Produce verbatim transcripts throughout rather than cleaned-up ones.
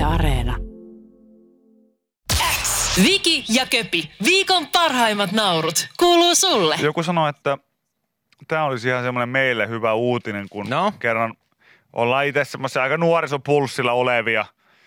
Yle Areena. Viki ja Köpi, viikon parhaimmat naurut, kuuluu sulle. Joku sanoi, että tämä olisi ihan semmoinen meille hyvä uutinen, kun no? kerran ollaan itse semmoisia aika nuorisopulssilla olevia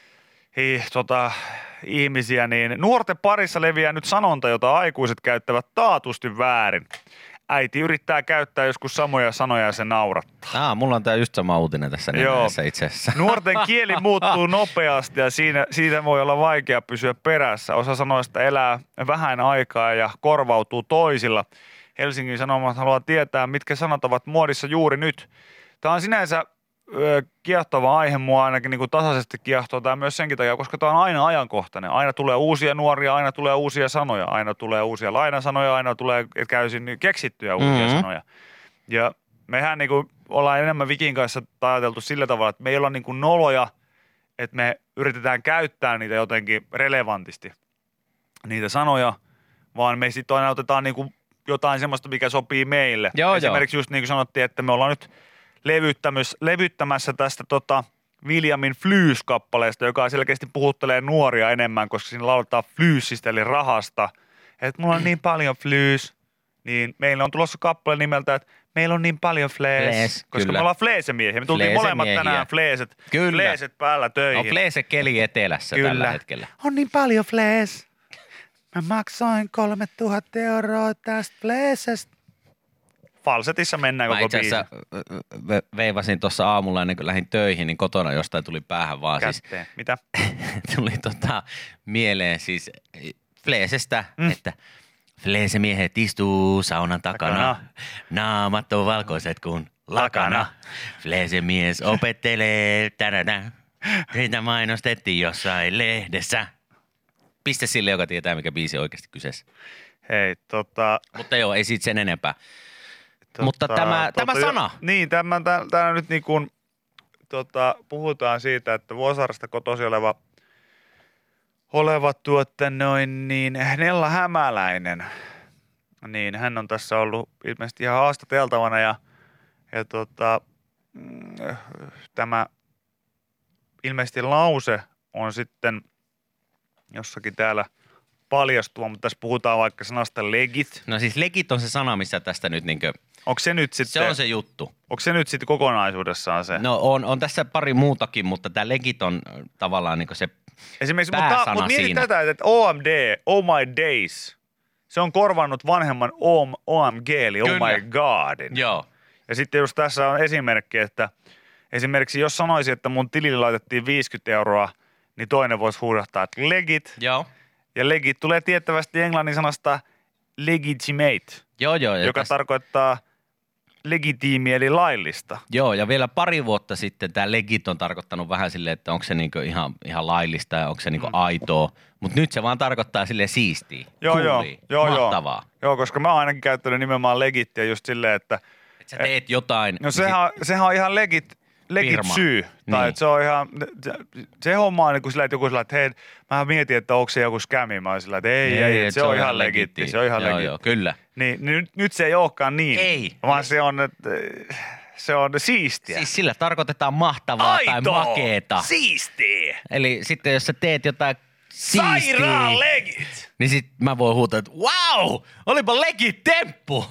hi, tota, ihmisiä, niin nuorten parissa leviää nyt sanonta, jota aikuiset käyttävät taatusti väärin. Äiti yrittää käyttää joskus samoja sanoja ja se naurattaa. Aa, mulla on tää just sama uutinen tässä nenässä itse asiassa. Nuorten kieli muuttuu nopeasti ja siinä, siitä voi olla vaikea pysyä perässä. Osa sanoista elää vähän aikaa ja korvautuu toisilla. Helsingin Sanomat haluaa tietää, mitkä sanat ovat muodissa juuri nyt. Tämä on sinänsä ö, kiehtova aihe, mua ainakin niin kuin tasaisesti kiehtoo tämä myös senkin takia, koska tämä on aina ajankohtainen. Aina tulee uusia nuoria, aina tulee uusia sanoja, aina tulee uusia lainasanoja, aina tulee täysin keksittyjä uusia mm-hmm. sanoja. Ja mehän niin kuin ollaan enemmän Vikin kanssa ajateltu sillä tavalla, että me ei olla niin kuin noloja, että me yritetään käyttää niitä jotenkin relevantisti, niitä sanoja, vaan me sitten aina otetaan niin kuin jotain semmoista, mikä sopii meille. Joo, Esimerkiksi joo. just niin kuin sanottiin, että me ollaan nyt levyttämässä tästä tota Williamin Flyys-kappaleesta, joka selkeästi puhuttelee nuoria enemmän, koska siinä lauletaan flyysistä eli rahasta. Että mulla on niin paljon flyys, niin meillä on tulossa kappale nimeltä, että meillä on niin paljon flees, flees koska kyllä. me ollaan fleesemiehiä. Me tultiin molemmat tänään fleeset, fleeset päällä töihin. On fleesekeli etelässä kyllä. tällä hetkellä. On niin paljon flees. Mä maksoin kolmetuhatta euroa tästä fleesestä. Falsetissa mennään Mä koko itse asiassa ve- veivasin tuossa aamulla ennen kuin lähdin töihin, niin kotona jostain tuli päähän vaan Kätteen. siis. Mitä? Tuli tota mieleen siis fleesestä, mm. että fleesemiehet istuu saunan takana, takana. Naamat on valkoiset kuin lakana. Fleesemies opettelee, tänään. Teitä mainostettiin jossain lehdessä. Piste sille, joka tietää, mikä biisi on oikeasti kyseessä. Hei, tota... Mutta joo, ei siitä sen enempää. Tota, Mutta tämä, tota, tämä sana. Jo, niin, tämä, tämä nyt niin kuin, tota, puhutaan siitä, että Vuosaaresta kotosi oleva, oleva tuotte noin niin Nella Hämäläinen, niin hän on tässä ollut ilmeisesti ihan haastateltavana ja, ja tota, tämä ilmeisesti lause on sitten jossakin täällä paljastua, mutta tässä puhutaan vaikka sanasta legit. No siis legit on se sana, missä tästä nyt niinkö... Onko se nyt sitten... Se on se juttu. Onko se nyt sitten kokonaisuudessaan se? No on, on tässä pari muutakin, mutta tämä legit on tavallaan niinkö se esimerkiksi, pääsana mutta, mutta mieti siinä. tätä, että O M D, Oh My Days, se on korvannut vanhemman O M G, eli Oh Kyllä. My Godin. Joo. Ja sitten just tässä on esimerkki, että esimerkiksi jos sanoisi, että mun tilille laitettiin viisikymmentä euroa, niin toinen voisi huudahtaa, että legit. Joo. Ja legit tulee tiettävästi englannin sanasta legitimate, Joo, joo. joka täs, tarkoittaa legitiimi eli laillista. joo, ja vielä pari vuotta sitten tämä legit on tarkoittanut vähän silleen, että onko se niinku ihan, ihan laillista ja onko se niinku mm. aitoa. Mutta nyt se vaan tarkoittaa silleen siistiä, Joo, joo, coolia, joo, mahtavaa. Joo. joo, koska mä oon ainakin käyttänyt nimenomaan legittiä just silleen, että Että sä teet jotain. no sehän, sehän on ihan legit, legit Firma. syy. Tai Niin. että se on ihan, se, se homma on niin kuin sillä, että joku sillä, että hei, mä mietin, että onko se joku skämi. Mä oon sillä, että ei, ei, ei että se, se on ihan legitti. Se on ihan joo, legitti. Joo, kyllä. Niin nyt, nyt se ei olekaan niin. Ei. Vaan se on, että se on siistiä. Siis sillä tarkoitetaan mahtavaa Aitoa, tai makeeta. siistiä. Eli sitten jos sä teet jotain siistiä, Sairaan legit. niin sit mä voin huutaa, että wow, olipa legit temppu.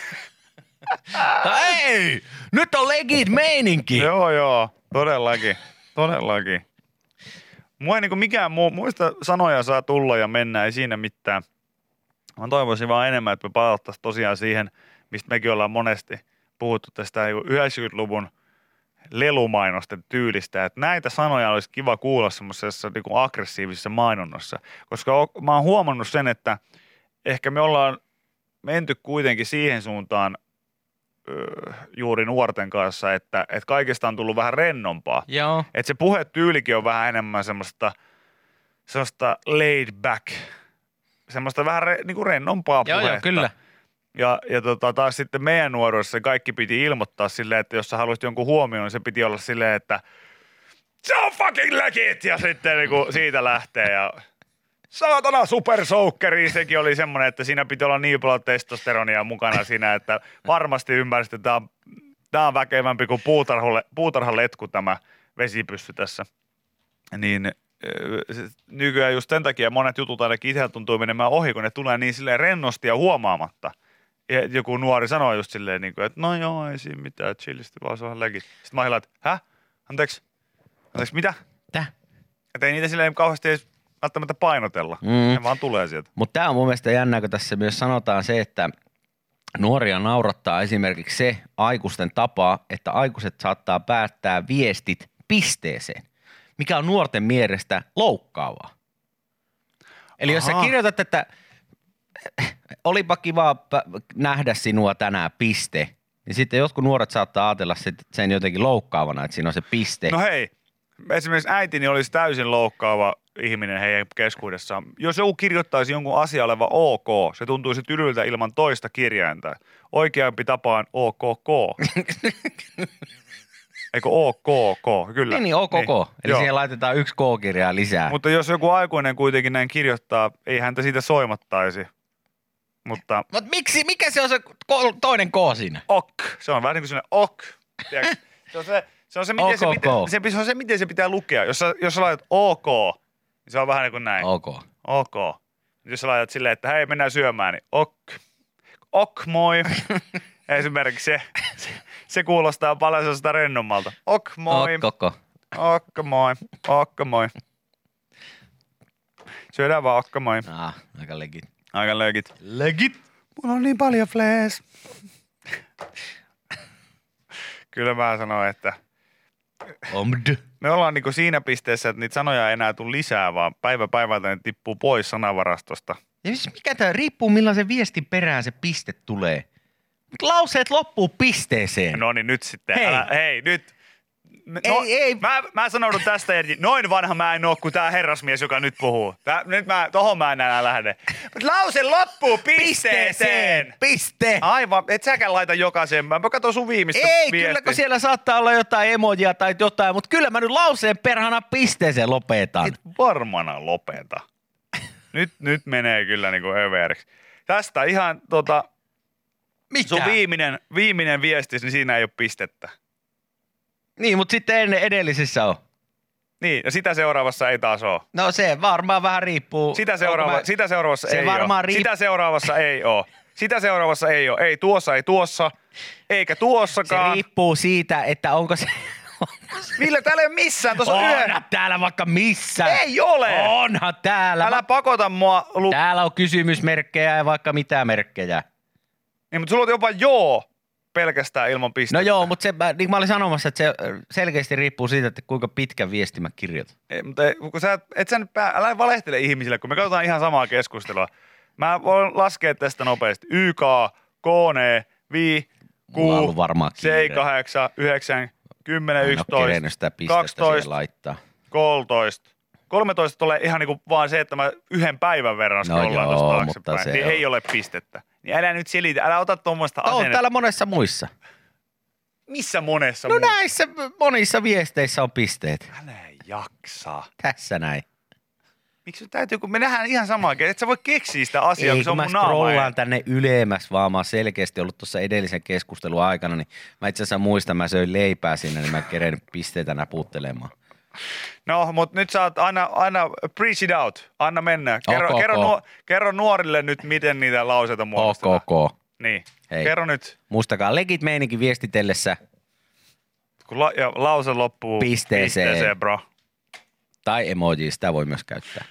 Tai ei, nyt on legit meininki. Joo, joo, todellakin, todellakin. Mua ei niinku mikään muu, muista sanoja saa tulla ja mennä, ei siinä mitään. Mä toivoisin vaan enemmän, että me palattaisiin tosiaan siihen, mistä mekin ollaan monesti puhuttu tästä yhdeksänkymmentäluvun lelumainosten tyylistä, että näitä sanoja olisi kiva kuulla semmoisessa niinku aggressiivisessa mainonnassa, koska mä oon huomannut sen, että ehkä me ollaan menty kuitenkin siihen suuntaan öö, juuri nuorten kanssa, että, että kaikesta on tullut vähän rennompaa. Joo. Että se puhetyylikin on vähän enemmän semmoista, semmoista laid back, semmoista vähän re, niin kuin rennompaa Joo, puhetta. joo, kyllä. Ja, ja tota, taas sitten meidän nuoruudessa se kaikki piti ilmoittaa silleen, että jos sä haluaisit jonkun huomioon, niin se piti olla silleen, että se on fucking legit! Ja sitten niin kuin siitä lähtee ja saatana supersoukkeri, sekin oli semmoinen, että siinä piti olla niin paljon testosteronia mukana siinä, että varmasti ymmärsit, että tämä on, tämä on väkevämpi kuin puutarhalle, puutarhaletku tämä vesipyssy tässä. Niin nykyään just sen takia monet jutut ainakin itsellä tuntuu menemään ohi, kun ne tulee niin silleen rennosti ja huomaamatta. Ja joku nuori sanoo just silleen, niin kuin, että no joo, ei siinä mitään, chillisti vaan se on legit. Sitten mä hilaan, että häh? Anteeksi? Anteeksi, mitä? Täh? Että ei niitä silleen kauheasti edes välttämättä painotella. Mm. Ne vaan tulee sieltä. Mutta tämä on mun mielestä jännää, kun tässä myös sanotaan se, että nuoria naurattaa esimerkiksi se aikuisten tapa, että aikuiset saattaa päättää viestit pisteeseen, mikä on nuorten mielestä loukkaavaa. Eli jos sä kirjoitat, että olipa kiva nähdä sinua tänään, piste, niin sitten jotkut nuoret saattaa ajatella sen jotenkin loukkaavana, että siinä on se piste. No hei, esimerkiksi äitini olisi täysin loukkaava ihminen heidän keskuudessaan. Jos joku kirjoittaisi jonkun asia oleva ok, se tuntuisi tylyltä ilman toista kirjainta. Oikeampi tapa on O K K. Eikö O K K? Kyllä. Niin, niin O K K. Niin. Eli joo. Siihen laitetaan yksi K-kirjaa lisää. Mutta jos joku aikuinen kuitenkin näin kirjoittaa, ei häntä siitä soimattaisi. Mutta Mut miksi, mikä se on se toinen K siinä? Ok. Se on vähän niin kuin sellainen ok. Se on se, se, on se, miten se, pitää, se, se on se, miten se pitää lukea. Jos sä, jos sä laitat OK, niin se on vähän niin kuin näin. Ok. Ok. Jos sä laitat silleen, että hei, mennään syömään, niin ok. Ok, moi. Esimerkiksi se, se, se kuulostaa paljon sellaista rennommalta. Ok, moi. Ok, koko. Ok, moi. Ok, moi. Syödään vaan ok, moi. Ah, aika legit. Aika legit. Legit. Mulla on niin paljon flees. Kyllä mä sanoin, että Omd. me ollaan niinku siinä pisteessä, että niitä sanoja ei enää tule lisää, vaan päivä päivältä ne tippuu pois sanavarastosta. Ja siis mikä tää riippuu, millaisen viestin perään se piste tulee. Lauseet loppuu pisteeseen. No niin, nyt sitten. Hei. Älä, hei, nyt. No, Ei, ei. Mä, mä sanoudun tästä, Erji. Noin vanha mä en oo kuin tää herrasmies, joka nyt puhuu. Tää, nyt mä, tohon mä en enää lähde. Mut lause loppuu pisteeseen. Piste. Aivan, et säkään laita jokaisen. Mä katson sun viimeistä Ei, viestiä. kyllä kun siellä saattaa olla jotain emojia tai jotain, mutta kyllä mä nyt lauseen perhana pisteeseen lopetan. Et varmana lopeta. Nyt, nyt menee kyllä niinku överiksi. Tästä ihan tota, Mikä? sun viimeinen, viimeinen viesti, niin siinä ei ole pistettä. Niin, mutta sitten ennen edellisissä on. Niin, ja sitä seuraavassa ei taas ole. No se varmaan vähän riippuu. Sitä, seuraava, mä... sitä seuraavassa se ei varmaan ole. Riip... Sitä seuraavassa ei ole. Sitä seuraavassa ei ole. Ei tuossa, ei tuossa, eikä tuossakaan. Se riippuu siitä, että onko se... Ville, täällä ei ole missään. Tuossa on Onhan yhden. täällä vaikka missä. Ei ole. Onhan täällä. Älä pakota mua. Lu... Täällä on kysymysmerkkejä ja vaikka mitä merkkejä. Niin, mutta sulla on jopa joo pelkästään ilman pistettä. No joo, mutta se, niin kuin mä olin sanomassa, että se selkeästi riippuu siitä, että kuinka pitkä viesti mä kirjoitan. Ei, mutta ei, kun sä, et sä nyt pää, älä valehtele ihmisille, kun me katsotaan ihan samaa keskustelua. Mä voin laskea tästä nopeasti. Y, K, K, N, V, Q, C, kahdeksan, yhdeksän, kymmenen, yksitoista, kaksitoista, kolmetoista. kolmetoista tulee ihan niinku vaan se, että mä yhden päivän verran scrollaan no tuosta taaksepäin. Niin on. Ei ole pistettä. Niin älä nyt selitä, älä ota tuommoista asennetta. asennetta. On täällä monessa muissa. Missä monessa No muissa? näissä monissa viesteissä on pisteet. Älä jaksa. Tässä näin. Miksi täytyy, kun me nähdään ihan samaa, että et sä voi keksiä sitä asiaa, Ei, kun se on kun mun mä naama. scrollaan tänne ylemmäs, vaan mä oon selkeästi ollut tuossa edellisen keskustelun aikana, niin mä itse asiassa muistan, mä söin leipää siinä, niin mä keren pisteitä naputtelemaan. No, mutta nyt sä oot aina, aina preach it out. Anna mennä. Kerro, O K K. kerro, nuo, kerro nuorille nyt, miten niitä lauseita muodostetaan. O K K. Niin. Hei. Kerro nyt. Muistakaa legit meininki viestitellessä. Kun la, ja lause loppuu Pisteeseen. pisteeseen, bro. Tai emoji, sitä voi myös käyttää.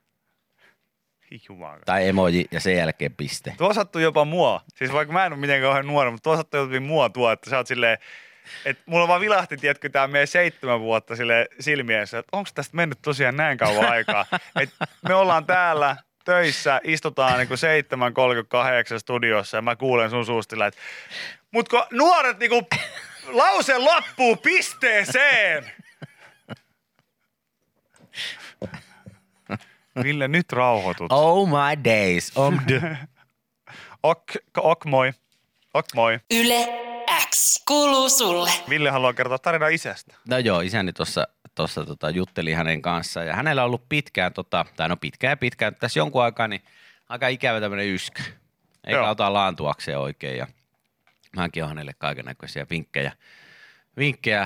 Jumala. Tai emoji ja sen jälkeen piste. Tuo sattuu jopa mua. Siis vaikka mä en ole mitenkään kauhean nuori, mutta tuo sattuu jotenkin mua tuo, että sä oot silleen, että mulla vaan vilahti, tiedätkö, tää meidän seitsemän vuotta sille silmiessä, että onko tästä mennyt tosiaan näin kauan aikaa. Että me ollaan täällä töissä, istutaan niinku seitsemän kolmekymmentäkahdeksan studiossa ja mä kuulen sun suustilla, että mut kun nuoret niinku lause loppuu pisteeseen. Ville, nyt rauhoitut. Oh my days. Omd. ok, ok moi. Ok moi. Yle X kuuluu sulle. Ville haluaa kertoa tarinaa isästä. No joo, isäni tuossa tossa, tota, jutteli hänen kanssaan ja hänellä on ollut pitkään, tota, tai no pitkään pitkään, tässä jonkun aikaa, niin aika ikävä tämmöinen yskä. Eikä Joo. ota laantuakseen oikein ja mäkin on hänelle kaikennäköisiä vinkkejä, vinkkejä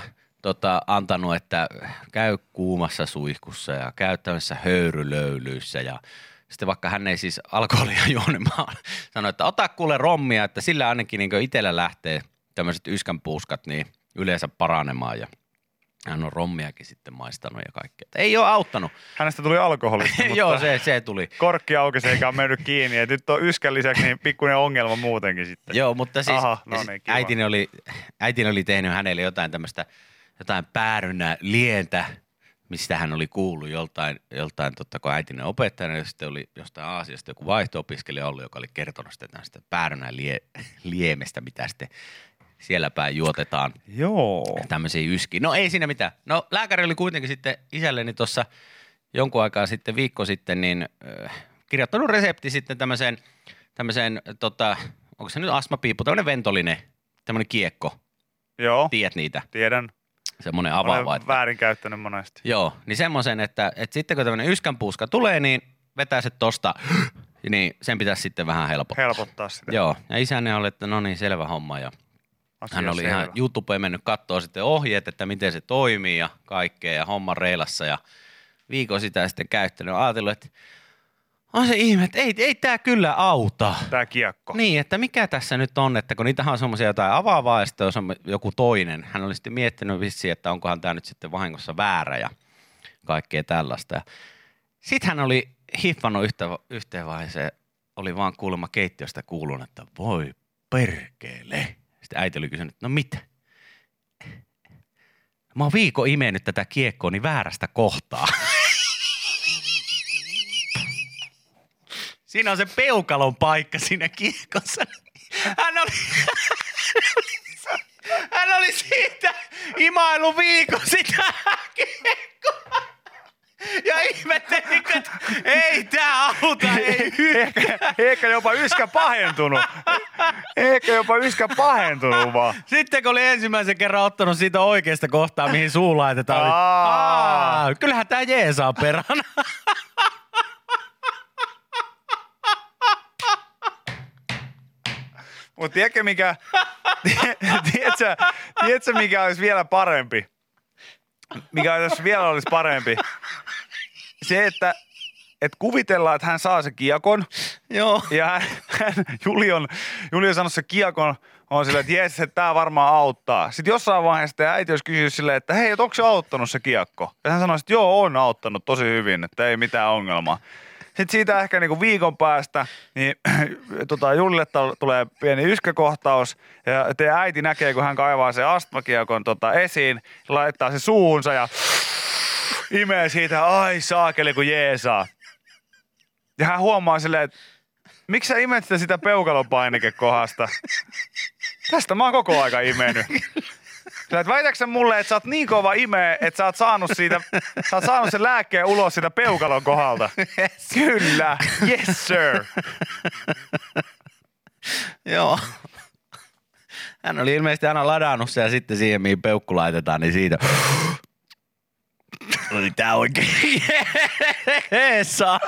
tota, antanut, että käy kuumassa suihkussa ja käy tämmöisessä höyrylöylyissä ja sitten vaikka hän ei siis alkoholia juonemaan, sanoi, että ota kuule rommia, että sillä ainakin niin itsellä lähtee tämmöiset yskänpuuskat niin yleensä paranemaan ja hän on rommiakin sitten maistanut ja kaikkea. Ei ole auttanut. Hänestä tuli alkoholista, mutta Joo, se, se tuli. korkki aukesi eikä ole mennyt kiinni. Ja nyt on yskän lisäksi niin pikkuinen ongelma muutenkin sitten. Joo, mutta siis Aha, no niin, kiva. äitini, oli, äitini oli tehnyt hänelle jotain tämmöistä, jotain päärynä lientä, mistä hän oli kuullut joltain, joltain totta kun äitinen opettajana, ja sitten oli jostain Aasiasta joku vaihto-opiskelija ollut, joka oli kertonut sitten tästä päärynä lie, liemestä, mitä sitten siellä päin juotetaan. Joo. Tämmöisiä yskiä. No ei siinä mitään. No lääkäri oli kuitenkin sitten isälleni tuossa jonkun aikaa sitten, viikko sitten, niin äh, kirjoittanut resepti sitten tämmöiseen, tämmöiseen tota, onko se nyt astmapiippu, tämmöinen ventolinen, tämmöinen kiekko. Joo. Tiedät niitä? Tiedän. Semmoinen avaava. Olen väärinkäyttänyt monesti. Joo, niin semmoisen, että, että sitten kun tämmöinen yskänpuuska tulee, niin vetää se tosta, niin sen pitäisi sitten vähän helpottaa. Helpottaa sitä. Joo, ja isäni oli, että no niin, selvä homma ja Asia hän oli selvä. ihan YouTubeen mennyt katsoa sitten ohjeet, että miten se toimii ja kaikkea ja homma reilassa ja viikon sitä sitten käyttänyt. Ajatellut, että on se ihme, että ei, ei tämä kyllä auta. Tää kiekko. Niin, että mikä tässä nyt on, että kun niitähän on semmoisia jotain avaavaa ja sitten on joku toinen. Hän oli sitten miettinyt vissiin, että onkohan tämä nyt sitten vahingossa väärä ja kaikkea tällaista. Sitten hän oli hiffannut yhtä, yhteen vaiheeseen, oli vaan kuulemma keittiöstä kuulunut, että voi perkele. Sitten äiti oli kysynyt, no mitä? Mä oon viikon imennyt tätä kiekkoa niin väärästä kohtaa. Siinä on se peukalon paikka siinä kiekossa. Hän oli, hän oli siitä imailu viikon sitä kiekkoa. Ja ihmetteli, että ei tää auta, ei ehkä, ehkä jopa yskä pahentunut. Ehkä jopa yskä pahentunut vaan. Sitten kun oli ensimmäisen kerran ottanut siitä oikeasta kohtaa, mihin suu laitetaan, oli, Aa. Aa, kyllähän tää jeesaa perhana. Mutta tiedätkö mikä, tiedätkö, tiedätkö mikä olisi vielä parempi? Mikä jos vielä olisi parempi? Se, että et kuvitellaan, että hän saa se kiekon. Joo. Ja hän, hän, Juli on, Juli on sanonut se kiekon, on silleen, että jes, että tämä varmaan auttaa. Sitten jossain vaiheessa äiti olisi kysynyt silleen, että hei, onko se auttanut se kiekko? Ja hän sanoi, että joo, on auttanut tosi hyvin, että ei mitään ongelmaa. Sitten siitä ehkä niinku viikon päästä, niin tota, Julille tulee pieni yskäkohtaus ja teidän äiti näkee, kun hän kaivaa sen astmakiekon tota, esiin, laittaa se suuhunsa ja imee siitä, ai saakeli kun jeesaa. Ja hän huomaa silleen, että miksi sä imet sitä, sitä peukalonpainikekohdasta? Tästä mä oon koko aika imennyt. Sä et väitäksä sä mulle, että sä oot niin kova imeä, että sä oot saanut siitä, sä oot saanut sen lääkkeen ulos siitä peukalon kohdalta. Yes. Kyllä, yes sir. Joo. Hän oli ilmeisesti aina ladannut sen ja sitten siihen, mihin peukku laitetaan, niin siitä oli tää oikein jeesaa.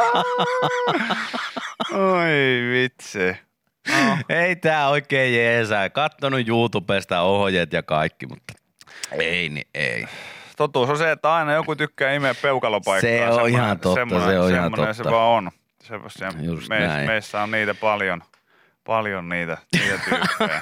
Oi vitsi. No. Ei tää oikein jeesaa. Kattonut YouTubesta ohjeet ja kaikki, mutta ei niin ei. Totuus on se, että aina joku tykkää imeä peukalopaikkaa. Se on semmoinen, ihan totta, semmoinen, se on ihan semmoinen totta. se vaan on. Se, se, Just me, näin. meissä on niitä paljon, paljon niitä, niitä tyyppejä.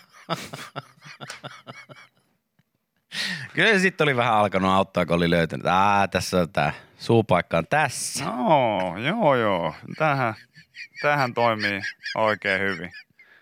Kyllä se sitten oli vähän alkanut auttaa, kun oli löytänyt. Aa, tässä on tää suupaikka on tässä. No, joo joo. Tähän, tähän toimii oikein hyvin.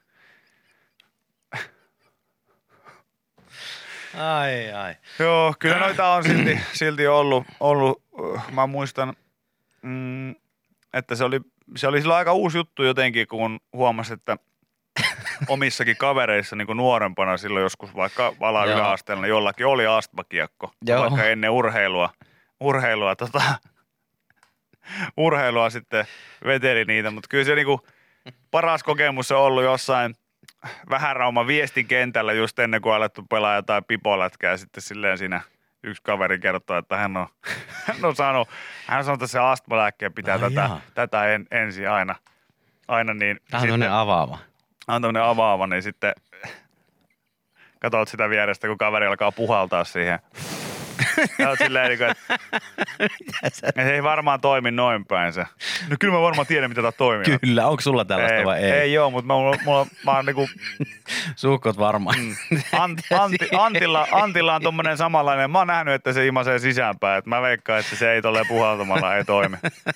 Ai ai. Joo, kyllä noita on silti, silti ollut, ollut. Mä muistan, mm, että se oli, se oli silloin aika uusi juttu jotenkin, kun huomasi, että omissakin kavereissa niin kuin nuorempana silloin joskus vaikka ala Joo. yläasteella, niin jollakin oli astmakiekko. Joo. Vaikka ennen urheilua, urheilua, tota, urheilua sitten veteli niitä, mutta kyllä se niin kuin paras kokemus on ollut jossain Vähärauman viestin kentällä just ennen kuin alettu pelaa jotain pipolätkää. Sitten silleen siinä yksi kaveri kertoo, että hän on, hän on saanut, hän on sanonut, että se astmalääkkeen pitää Ai tätä, jaa. tätä en, ensin aina. aina niin Tämä on tämmöinen avaava. on tämmöinen avaava, niin sitten katot sitä vierestä, kun kaveri alkaa puhaltaa siihen. Ja oot silleen, että se ei varmaan toimi noin päin se. No kyllä mä varmaan tiedän, mitä tää toimii. Kyllä, onko sulla tällaista ei, vai ei? Ei joo, mutta mä, mulla, mulla, mä oon niinku... Suhkot varmaan. Mm. Ant, Antti, Antilla, Antilla on tommonen samanlainen. Mä oon nähnyt, että se imasee sisäänpäin. Että mä veikkaan, että se ei tolleen puhaltamalla ei toimi.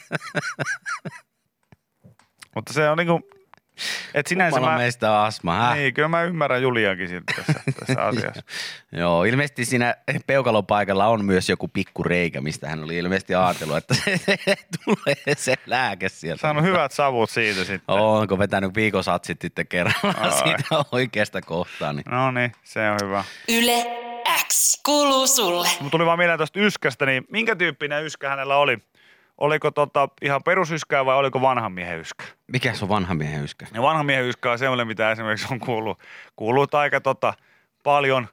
Mutta se on niinku... Et sinänsä Kummalla mä... meistä on astma, hä? Niin, kyllä mä ymmärrän Juliankin siltä tässä, tässä asiassa. Joo, ilmeisesti siinä peukalopaikalla on myös joku pikku reikä, mistä hän oli ilmeisesti ajatellut, että se tulee se lääke sieltä. Saanut hyvät savut siitä sitten. Onko vetänyt viikosatsit sitten kerralla siitä oikeasta kohtaa. Niin. No niin, se on hyvä. Yle X kuuluu sulle. Mun tuli vaan mieleen tuosta yskästä, niin minkä tyyppinen yskä hänellä oli? Oliko tota ihan perusyskää vai oliko vanhan miehen yskä? Mikä se on vanhan miehen yskä? Ja vanhan miehen yskä on semmoinen, mitä esimerkiksi on kuullut, kuullut aika tota, paljon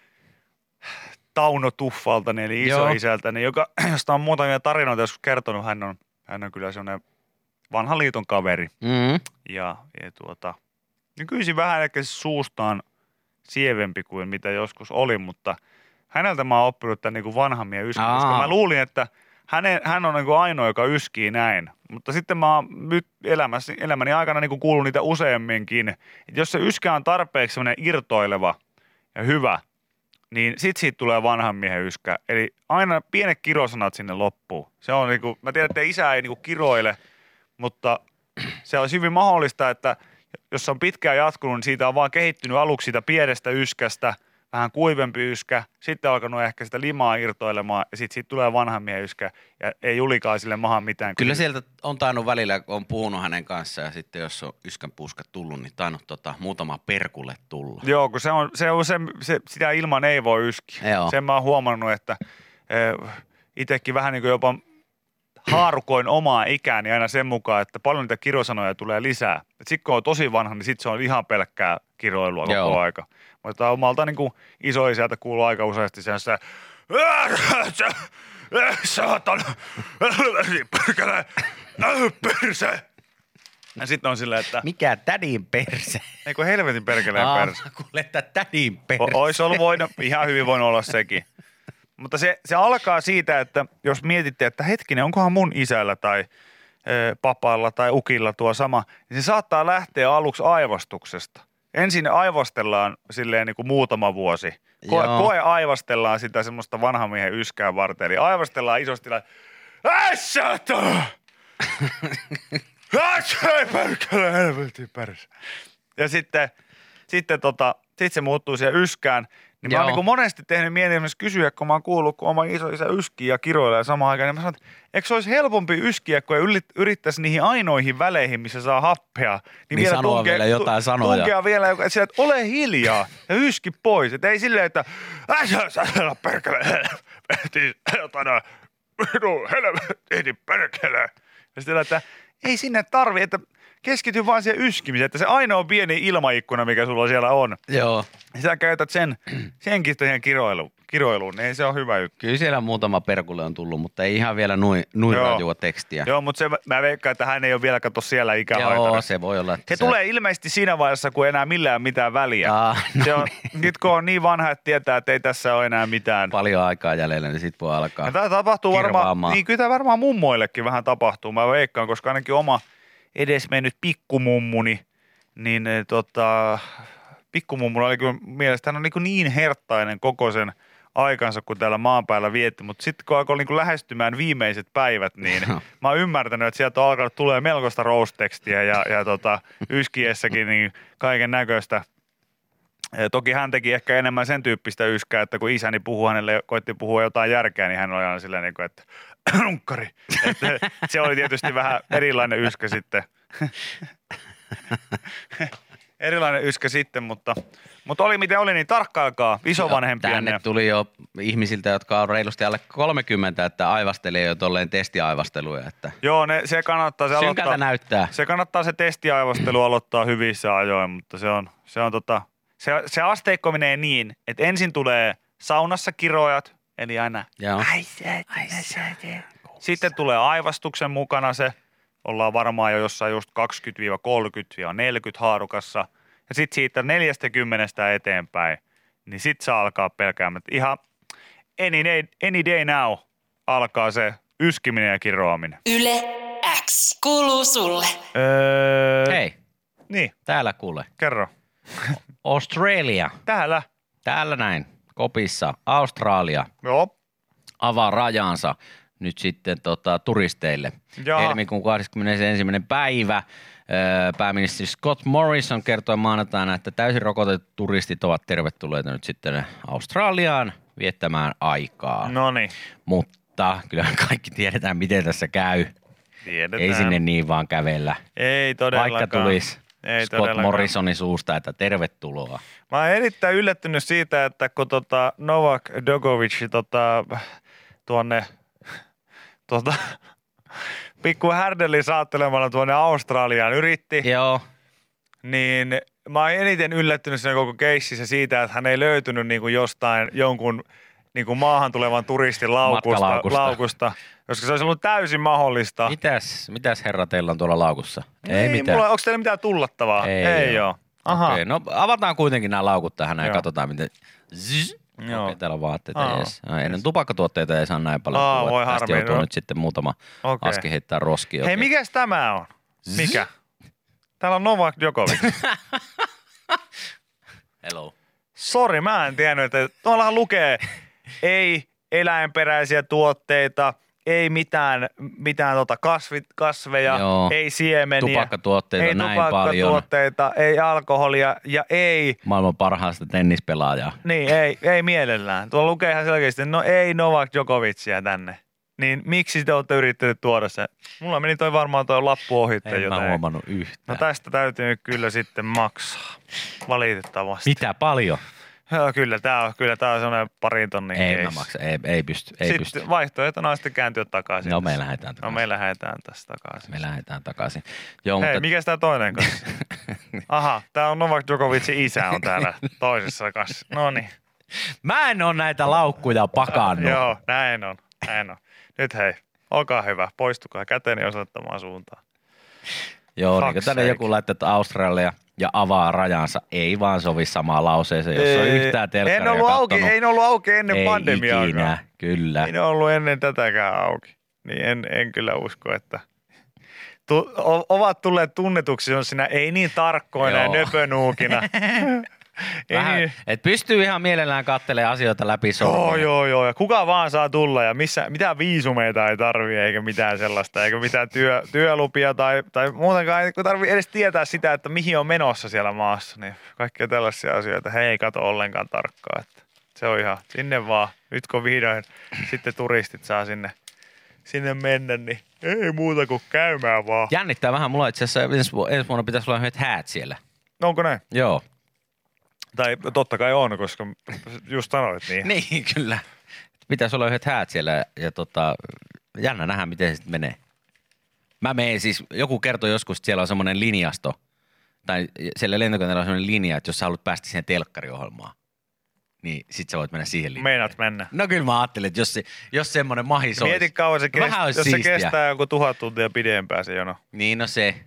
Tauno Tuffalta, eli isoisältäni, joka, josta on muutamia tarinoita joskus kertonut. Hän on, hän on kyllä semmoinen vanhan liiton kaveri. Mm. Ja, ja tuota, nykyisin vähän ehkä suustaan sievempi kuin mitä joskus oli, mutta häneltä mä oon oppinut tämän niin kuin vanhan miehen yskän, Aa. koska mä luulin, että hänen, hän on niin kuin ainoa, joka yskii näin. Mutta sitten mä oon nyt elämässä, elämäni aikana niin kuin kuullut niitä useamminkin, että jos se yskä on tarpeeksi semmoinen irtoileva ja hyvä, niin sit siitä tulee vanhan miehen yskä. Eli aina pienet kirosanat sinne loppuun. Se on niin kuin, mä tiedän, että isä ei niin kuin kiroile, mutta se olisi hyvin mahdollista, että jos se on pitkään jatkunut, niin siitä on vaan kehittynyt aluksi siitä pienestä yskästä, vähän kuivempi yskä, sitten on alkanut ehkä sitä limaa irtoilemaan ja sitten siitä tulee vanhan miehen yskä ja ei Julikaan sille maha mitään. Kyllä sieltä on tainnut välillä, kun on puhunut hänen kanssaan ja sitten jos on yskän puskat tullut, niin tainnut tota, muutama perkulle tulla. Joo, kun se on, se on se, se, sitä ilman ei voi yskiä. Joo. Sen mä oon huomannut, että e, itsekin vähän niin kuin jopa haarukoin omaa ikääni aina sen mukaan, että paljon niitä kirosanoja tulee lisää. Sitten kun on tosi vanha, niin sitten se on ihan pelkkää kiroilua koko Joo. aika. Mutta omalta niin kuin isoisältä kuuluu aika useasti sen se saatan, perkele, perse. Ja sitten on silleen, että Mikä tädin perse? ei kun helvetin perkeleen Aa, perse. kuule, että tädin perse. O- Ois ollut voinut, ihan hyvin voinut olla sekin. Mutta se, se alkaa siitä, että jos mietitte, että hetkinen, onkohan mun isällä tai e, papalla tai ukilla tuo sama, niin se saattaa lähteä aluksi aivastuksesta. Ensin aivastellaan silleen niin kuin muutama vuosi. Koe, Joo. koe aivastellaan sitä semmoista vanhan miehen yskää varten. Eli aivastellaan isosti, ai saatana! Ai perkele, helvetin perse. Ja sitten, sitten tota, sit se muuttuu siihen yskään. Niin mä oon Joo. niin monesti tehnyt mieli esimerkiksi kysyä, kun mä oon kuullut, kun oma isoisä yskii ja kiroilee samaan aikaan, niin mä sanon, että eikö se olisi helpompi yskiä, kun ei ylit- yrittäisi niihin ainoihin väleihin, missä saa happea. Niin sanoa vielä jotain sanoja. Tunkea vielä, että sillä, että ole hiljaa ja yski pois. Että ei silleen, että äsä, sä, perkele, helvetin, jotana, minun helvetin perkele. Ja sitten että ei sinne tarvi, että keskity vaan siihen yskimiseen, että se ainoa pieni ilmaikkuna, mikä sulla siellä on, Joo. niin sä käytät sen, senkin siihen kiroiluun, kiroiluun, niin se on hyvä juttu. Kyllä siellä muutama perkulle on tullut, mutta ei ihan vielä noin noin Joo. rajua tekstiä. Joo, mutta se, mä veikkaan, että hän ei ole vielä kato siellä Joo, ikähaitana. se voi olla. Että Se, se tulee ilmeisesti siinä vaiheessa, kun ei enää millään mitään väliä. Aa, no se on, niin. nyt kun on niin vanha, että tietää, että ei tässä ole enää mitään. Paljon aikaa jäljellä, niin sit voi alkaa Ja tämä tapahtuu varmaan, kirvaamaan. niin kyllä tämä varmaan mummoillekin vähän tapahtuu, mä veikkaan, koska ainakin oma edesmennyt pikkumummuni, niin eh, tota, pikkumummulla oli kyllä mielestä, hän on niin, niin herttainen koko sen aikansa, kun täällä maan päällä vietti, mutta sitten kun alkoi niin lähestymään viimeiset päivät, niin mä oon ymmärtänyt, että sieltä on alkanut tulee melkoista roast-tekstiä ja, ja tota, yskiessäkin niin kaiken näköistä. Ja toki hän teki ehkä enemmän sen tyyppistä yskää, että kun isäni puhui hänelle, koitti puhua jotain järkeä, niin hän oli aina silleen, niin kuin, että nunkkari. Että se oli tietysti vähän erilainen yskä sitten. Erilainen yskä sitten, mutta, mutta oli miten oli, niin tarkkailkaa isovanhempia. Tänne tuli jo ihmisiltä, jotka on reilusti alle kolmekymmentä, että aivastelee jo tolleen testiaivasteluja. Että Joo, ne, se kannattaa se synkältä aloittaa. näyttää. Se kannattaa se testiaivastelu aloittaa hyvissä ajoin, mutta se on, se on tota, se, se asteikko menee niin, että ensin tulee saunassa kiroajat, eli aina Joo. ai sä, ai sä. Sitten tulee aivastuksen mukana se, ollaan varmaan jo jossain just kaksikymmentä kolmekymmentä neljäkymmentä haarukassa. Ja sitten siitä neljästäkymmenestä eteenpäin, niin sit saa alkaa pelkäämään. Ihan any day, any day now alkaa se yskiminen ja kiroaminen. Yle X kuuluu sulle. Öö, Hei, Niin, täällä kuule. kerro. Australia. Täällä. Täällä näin. Kopissa. Australia Joo. avaa rajansa nyt sitten tota, turisteille. Jaha. Helmikuun kahdeskymmenesensimmäinen päivä. Öö, Pääministeri Scott Morrison kertoi maanantaina, että täysin rokotetut turistit ovat tervetulleita nyt sitten Australiaan viettämään aikaa. Noniin. Mutta kyllähän kaikki tiedetään, miten tässä käy. Tiedetään. Ei sinne niin vaan kävellä. Ei todellakaan. Vaikka tulisi Ei Scott todellakaan. Morrisonin suusta, että tervetuloa. Mä oon erittäin yllättynyt siitä, että kun tota Novak Djokovic tota, tuonne tuota, pikku härdelli saattelemalla tuonne Australiaan yritti, Joo. niin mä oon eniten yllättynyt siinä koko keississä siitä, että hän ei löytynyt niinku jostain jonkun niinku maahan tulevan turistin laukusta, Matkalaukusta. laukusta, koska se olisi ollut täysin mahdollista. Mitäs, mitäs herra teillä on tuolla laukussa? Ei mitään. Mulla, onko teillä mitään tullattavaa? Ei ei oo. ole. Aha. Okei, no avataan kuitenkin nämä laukut tähän ja Joo. katsotaan miten. Zzz. Joo. Okei, täällä on vaatteita. Aa. Yes. No, ennen tupakkatuotteita ei saa näin paljon Aa, puhua. voi Tästä harmi, joutuu no. nyt sitten muutama Okei. askel heittää roskiin. Hei, Okei. mikäs tämä on? Mikä? Täällä on Novak Djokovic. Hello. Sori, mä en tiennyt, että tuollahan lukee ei eläinperäisiä tuotteita, ei mitään, mitään tota kasvit, kasveja, Joo. ei siemeniä, Tupakkatuotteita ei näin paljon. tupakkatuotteita, ei alkoholia ja ei, Maailman parhaasta tennispelaajaa. niin ei, ei mielellään. Tuolla lukee ihan selkeästi, no ei Novak Djokovicia tänne. Niin miksi te olette yrittäneet tuoda se? Mulla meni toi varmaan toi lappu ohitte En mä jotain. huomannut yhtään. No tästä täytyy nyt kyllä sitten maksaa, valitettavasti. Mitä paljon? Joo, kyllä tää on, kyllä tää on semmoinen parin tonnin Ei keissi. mä maksa, ei, ei pysty, ei Sitten pysty. vaihtoehtona on sitten kääntyä takaisin. No tässä. me lähdetään No takaisin. me lähdetään tästä takaisin. Me lähdetään takaisin. Joo, Hei, mutta mikäs tää toinen kanssa? Aha, tää on Novak Djokovicin isä on täällä toisessa kanssa. No niin. mä en oo näitä laukkuja pakannut. Joo, näin on, näin on. Nyt hei, olkaa hyvä, poistukaa käteni osoittamaan suuntaan. Joo, niin kuin Fuck's tänne sake. joku laittaa, että Australia ja avaa rajansa, ei vaan sovi samaan lauseeseen, jos on Ei, yhtään telkkaria en ollut auki, kattonut. ei ne ollut auki ennen Ei pandemiaa. ikinä, kyllä. Ei ne ollut ennen tätäkään auki. Niin en, en kyllä usko, että tu, o, ovat tulleet tunnetuksi, jos sinä ei niin tarkkoina Joo. ja nöpönuukina. Ei Vähän, niin. et pystyy ihan mielellään kattelemaan asioita läpi Joo, sormia. joo, joo. Ja kuka vaan saa tulla ja missä, mitään viisumeita ei tarvii eikä mitään sellaista, eikä mitään työ, työlupia tai, tai muutenkaan ei tarvii edes tietää sitä, että mihin on menossa siellä maassa. Niin kaikkia tällaisia asioita he ei kato ollenkaan tarkkaan. Että se on ihan sinne vaan. Nyt kun vihdoin sitten turistit saa sinne, sinne mennä, niin ei muuta kuin käymään vaan. Jännittää vähän. Mulla itse asiassa ensi vu- ensi vuonna pitäisi olla yhdet häät siellä. No onko näin? Joo. Tai totta kai on, koska just sanoit niin. Niin, kyllä. Pitäisi olla yhdet häät siellä ja, ja tota, jännä nähdä, miten se sitten menee. Mä menen siis, joku kertoi joskus, että siellä on semmoinen linjasto, tai siellä lentokentällä on semmoinen linja, että jos sä haluat päästä siihen telkkariohjelmaan, niin sit sä voit mennä siihen linjaan. Meinaat mennä. No kyllä mä ajattelin, että jos, se, jos semmoinen mahis olisi. Mieti kauan se, Vähän kestää, olisi jos se siistiä. kestää joku tuhat tuntia pidempään se jono. Niin, no se.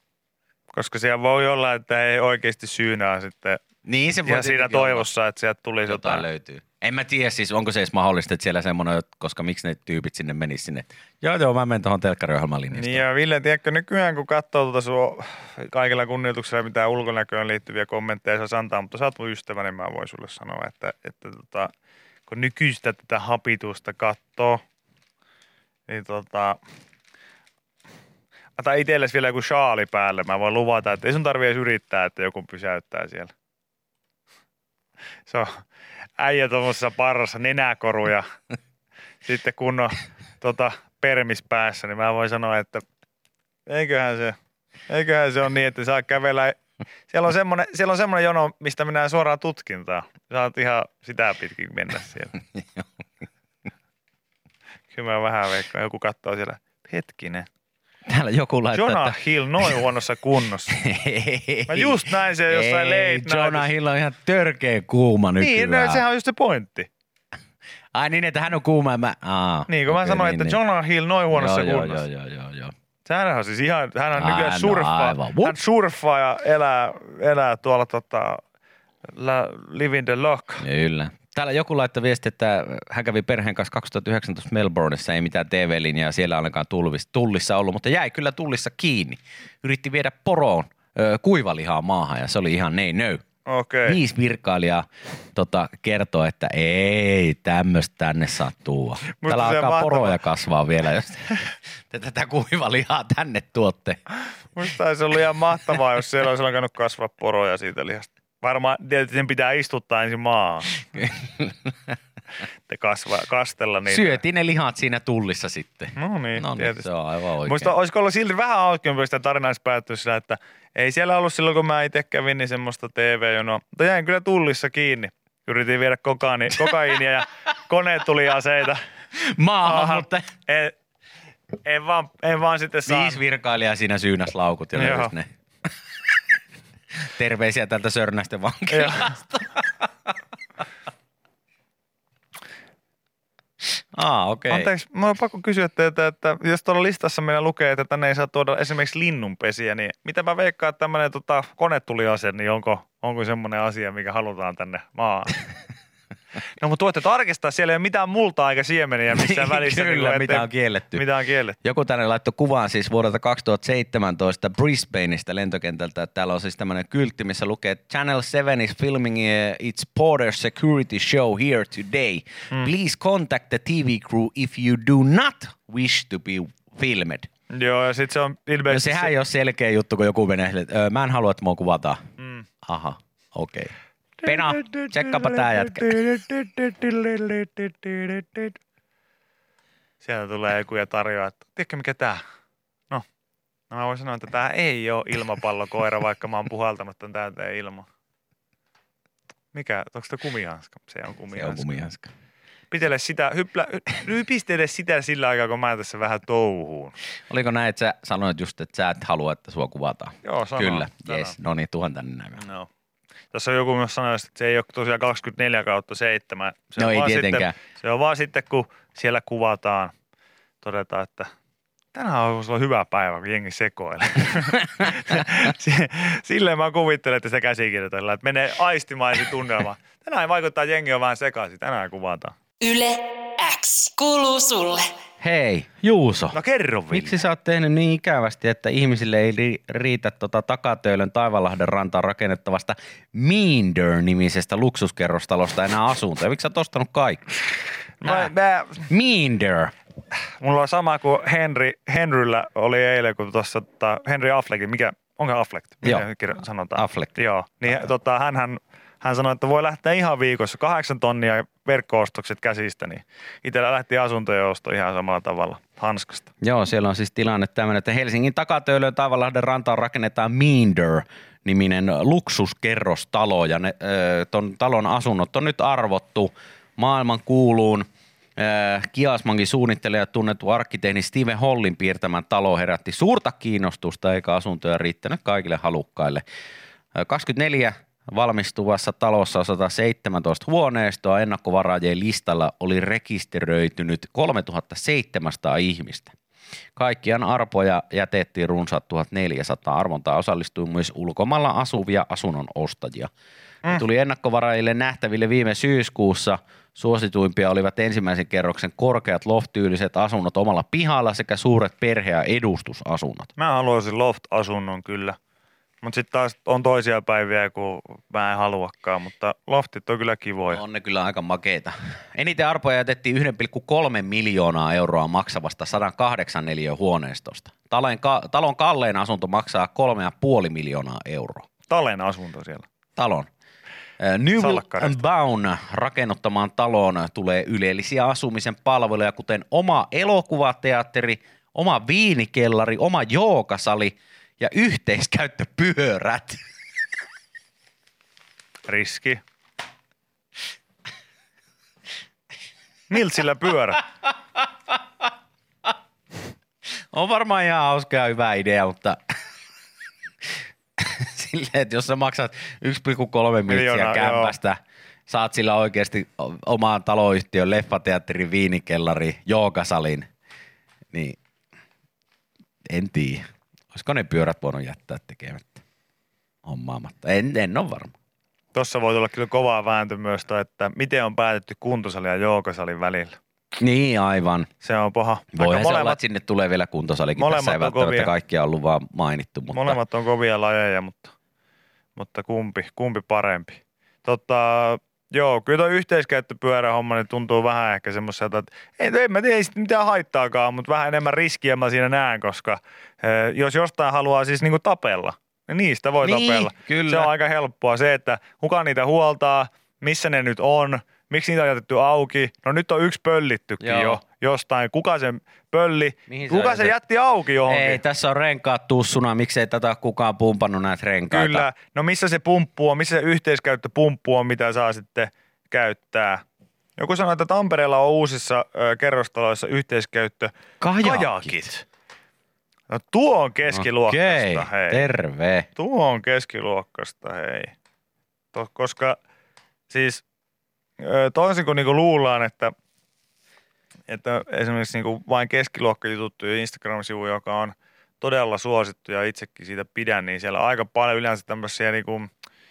Koska siellä voi olla, että ei oikeasti syynää sitten. Niin se voi Ja siinä tietenkin olla. toivossa, että sieltä tulisi Jotain jotain. löytyy. En mä tiedä siis, onko se edes mahdollista, että siellä semmoinen, koska miksi ne tyypit sinne menis sinne. Joo, joo, mä menen tuohon telkkariohjelman linjastoon. Niin ja Ville, tiedätkö, nykyään kun katsoo tuota sun kaikilla kunnioituksella mitään ulkonäköön liittyviä kommentteja saa antaa, mutta sä oot mun ystävä, niin mä voin sulle sanoa, että, että tota, kun nykyistä tätä hapitusta katsoo, niin tota, mä tain itsellesi vielä joku shaali päälle. Mä voin luvata, että ei sun tarvii edes yrittää, että joku pysäyttää siellä. Se on äijä tuommoisessa parrassa nenäkoruja. Sitten kun on tota, permis päässä, niin mä voin sanoa, että eiköhän se, eiköhän se on niin, että saa kävellä. Siellä on semmoinen, siellä on semmoinen jono, mistä mennään suoraan tutkintaan. Saat ihan sitä pitkin mennä siellä. Kyllä mä vähän veikkaan. Joku katsoo siellä. Hetkinen. Täällä joku laittaa, Jonah että... Hill noin huonossa kunnossa. Ei, Mä just näin sen jossain ei, late Jonah nightissa. Hill on ihan törkeä kuuma nykyään. Niin, no, sehän on just se pointti. Ai niin, että hän on kuuma ja mä... Aa, Niin, kun mä okei, sanoin, niin, että niin. Jonah Hill noin huonossa joo, kunnossa. Joo, joo, joo, joo. Sehän on siis ihan, hän on Hän nykyään on surffaa. aivan- Wup. Hän surffaa ja elää, elää tuolla tota, La, living the lock. Kyllä. Täällä joku laittoi viesti, että hän kävi perheen kanssa kaksituhattayhdeksäntoista Melbourneissa, ei mitään T V-linjaa siellä ainakaan tullissa ollut, mutta jäi kyllä tullissa kiinni. Yritti viedä poroon ö, kuivalihaa maahan ja se oli ihan nei nöy. Okei. Viisi virkailijaa tota, kertoo, että ei tämmöistä tänne saa tuua. Täällä alkaa mahtava. poroja kasvaa vielä, jos te tätä kuivalihaa tänne tuotte. Musta taisi olla ihan mahtavaa, jos siellä olisi alkanut kasvaa poroja siitä lihasta. Varmaan tietysti sen pitää istuttaa ensin maahan. Te kasva, kastella niitä. Syötiin ne lihat siinä tullissa sitten. No niin, no niin, tietysti. se on aivan oikein. Muista, olisiko ollut silti vähän hauskempi sitä tarinaa päättyä sillä, että ei siellä ollut silloin, kun mä itse kävin, niin semmoista T V-jonoa. Mutta jäin kyllä tullissa kiinni. Yritin viedä kokaini, kokaiinia ja koneet tuli aseita. Maahan, Aha, mutta en, en, vaan, en vaan sitten saa. viisi virkailijaa siinä syynäs laukut ja löysi ne. Terveisiä tältä Sörnäisten vankilasta. Aa, okei. Okay. Anteeksi, mä oon pakko kysyä teiltä, että jos tuolla listassa meillä lukee, että tänne ei saa tuoda esimerkiksi linnunpesiä, niin mitä mä veikkaan, että tämmöinen tota, konetuliase, niin onko, onko semmoinen asia, mikä halutaan tänne maahan? No mutta voitte tarkistaa, siellä ei ole mitään multaa eikä siemeniä missään välissä. Kyllä, niin, mitä on kielletty. Mitä on kielletty. Joku tänne laittoi kuvan siis vuodelta kaksituhattaseitsemäntoista Brisbaneista lentokentältä. Täällä on siis tämmöinen kyltti, missä lukee Channel seven is filming its border security show here today. Mm. Please contact the T V crew if you do not wish to be filmed. Joo, ja sitten se on ilmeisesti... No sehän ei ole selkeä juttu, kun joku menee, että öö, mä en halua, että mua kuvataan. Mm. Aha, okei. Okay. Pena, tsekkaapa tää jätkä. Sieltä tulee joku ja tarjoaa, että tiedätkö mikä tää? No, no mä voin sanoa, että tää ei ole ilmapallokoira, vaikka mä oon puhaltanut tän täyteen ilman. Mikä? Onko se kumihanska? Se on kumihanska. Se on kumihanska. Pitele sitä, hyplä, hypistele sitä sillä aikaa, kun mä tässä vähän touhuun. Oliko näin, että sä sanoit just, että sä et halua, että sua kuvataan? Joo, sanoin. Kyllä, jes. No niin, tuhan tänne näkään. No. Tässä on joku myös sanonut, että se ei ole tosiaan kaksikymmentäneljä kautta seitsemän. Se no on ei vaan tietenkään. Sitten, se on vaan sitten, kun siellä kuvataan, todetaan, että tänään on ollut hyvä päivä, kun jengi sekoilee. Silleen mä kuvittelen, että se käsikirjoitellaan, että menee aistimaisi tunnelma. Tänään vaikuttaa, että jengi on vähän sekaisin. Tänään kuvataan. Yle X kuuluu sulle. Hei, Juuso. No kerro, Ville. Miksi sä oot tehnyt niin ikävästi, että ihmisille ei ri- riitä tota Takatöölön Taivalahden rantaan rakennettavasta Meander-nimisestä luksuskerrostalosta enää asuntoja? Miksi sä oot ostanut kaikki? Mä, mä, Meander. mulla on sama kuin Henry, Henryllä oli eilen, kun tuossa tota, Henry Affleckin, mikä, onko Affleck? Joo. Miten sanotaan? Affleck. Joo, niin tota, hänhän, hän sanoi, että voi lähteä ihan viikossa kahdeksan tonnia verkko-ostokset käsistä, niin itsellä lähti asuntojen osto ihan samalla tavalla hanskasta. Joo, siellä on siis tilanne tämmöinen, että Helsingin Takatöölön Taivalahden rantaan rakennetaan Meander-niminen luksuskerrostalo ja ne, ö, ton talon asunnot on nyt arvottu maailman kuuluun. Kiasmankin suunnittelija tunnettu arkkitehti Steve Hollin piirtämän talo herätti suurta kiinnostusta eikä asuntoja riittänyt kaikille halukkaille. kaksikymmentäneljä valmistuvassa talossa on sata seitsemäntoista huoneistoa, ennakkovaraajien listalla oli rekisteröitynyt kolmetuhattaseitsemänsataa ihmistä. Kaikkiaan arpoja jätettiin runsaat tuhatneljäsataa. Arvontaa osallistui myös ulkomailla asuvia asunnon ostajia. Mm. Tuli ennakkovaraajille nähtäville viime syyskuussa. Suosituimpia olivat ensimmäisen kerroksen korkeat loft-tyyliset asunnot omalla pihalla sekä suuret perhe- ja edustusasunnot. Mä haluaisin loft-asunnon kyllä, mutta sitten taas on toisia päiviä, kun mä en haluakaan, mutta loftit on kyllä kivoja. On ne kyllä aika makeita. Eniten arpoja jätettiin yksi pilkku kolme miljoonaa euroa maksavasta sata kahdeksan neliön huoneistosta. Talon, ka- talon kallein asunto maksaa kolme pilkku viisi miljoonaa euroa. Talen asunto siellä. Talon. Newell and Bound rakennuttamaan taloon tulee ylellisiä asumisen palveluja, kuten oma elokuvateatteri, oma viinikellari, oma jookasali ja yhteiskäyttöpyörät. Riski. Miltä sillä pyörä? On varmaan ihan hauska ja hyvä idea, mutta silleen, että jos sä maksat yksi pilkku kolme miljoonaa kämpästä, joo. Saat sillä oikeasti omaan taloyhtiön, leffateatterin, viinikellari, joogasalin, niin en tiedä. Olisiko ne pyörät voinut jättää tekemättä hommaamatta? En, en ole varma. Tuossa voi tulla kyllä kovaa vääntö myös toi, että miten on päätetty kuntosali ja joogasalin välillä. Niin, aivan. Se on paha. Voihan se olla, että sinne tulee vielä kuntosalikin. Tässä ei välttämättä kovia. Kaikkia ollut vaan mainittu. Mutta... Molemmat on kovia lajeja, mutta, mutta kumpi, kumpi parempi. Tota, joo, kyllä tuo yhteiskäyttöpyörähomma niin tuntuu vähän ehkä semmoiselta, että ei, en mä tiedä, ei sitten mitään haittaakaan, mutta vähän enemmän riskiä mä siinä näen, koska eh, jos jostain haluaa siis niinku tapella, niin niistä voi niin, tapella. Kyllä. Se on aika helppoa se, että kuka niitä huoltaa, missä ne nyt on, miksi niitä on jätetty auki. No nyt on yksi pöllittykin Joo. jo jostain. Kuka sen pölli, Mihin kuka se jätti auki johonkin? Ei, tässä on renkaat tussuna, miksei tätä kukaan pumpannut näitä renkaita. Kyllä, no missä se pumppu on, missä se yhteiskäyttöpumppu on, mitä saa sitten käyttää. Joku sanoi, että Tampereella on uusissa ö, kerrostaloissa yhteiskäyttö kajakit. kajakit. No tuo on keskiluokkasta, Okei, hei. terve. Tuo on keskiluokkasta, hei. To, koska siis ö, toisin kuin niinku luullaan, että, että esimerkiksi niinku vain keskiluokkajuttuja Instagram-sivu, joka on todella suosittu ja itsekin siitä pidän, niin siellä on aika paljon yleensä tämmöisiä niinku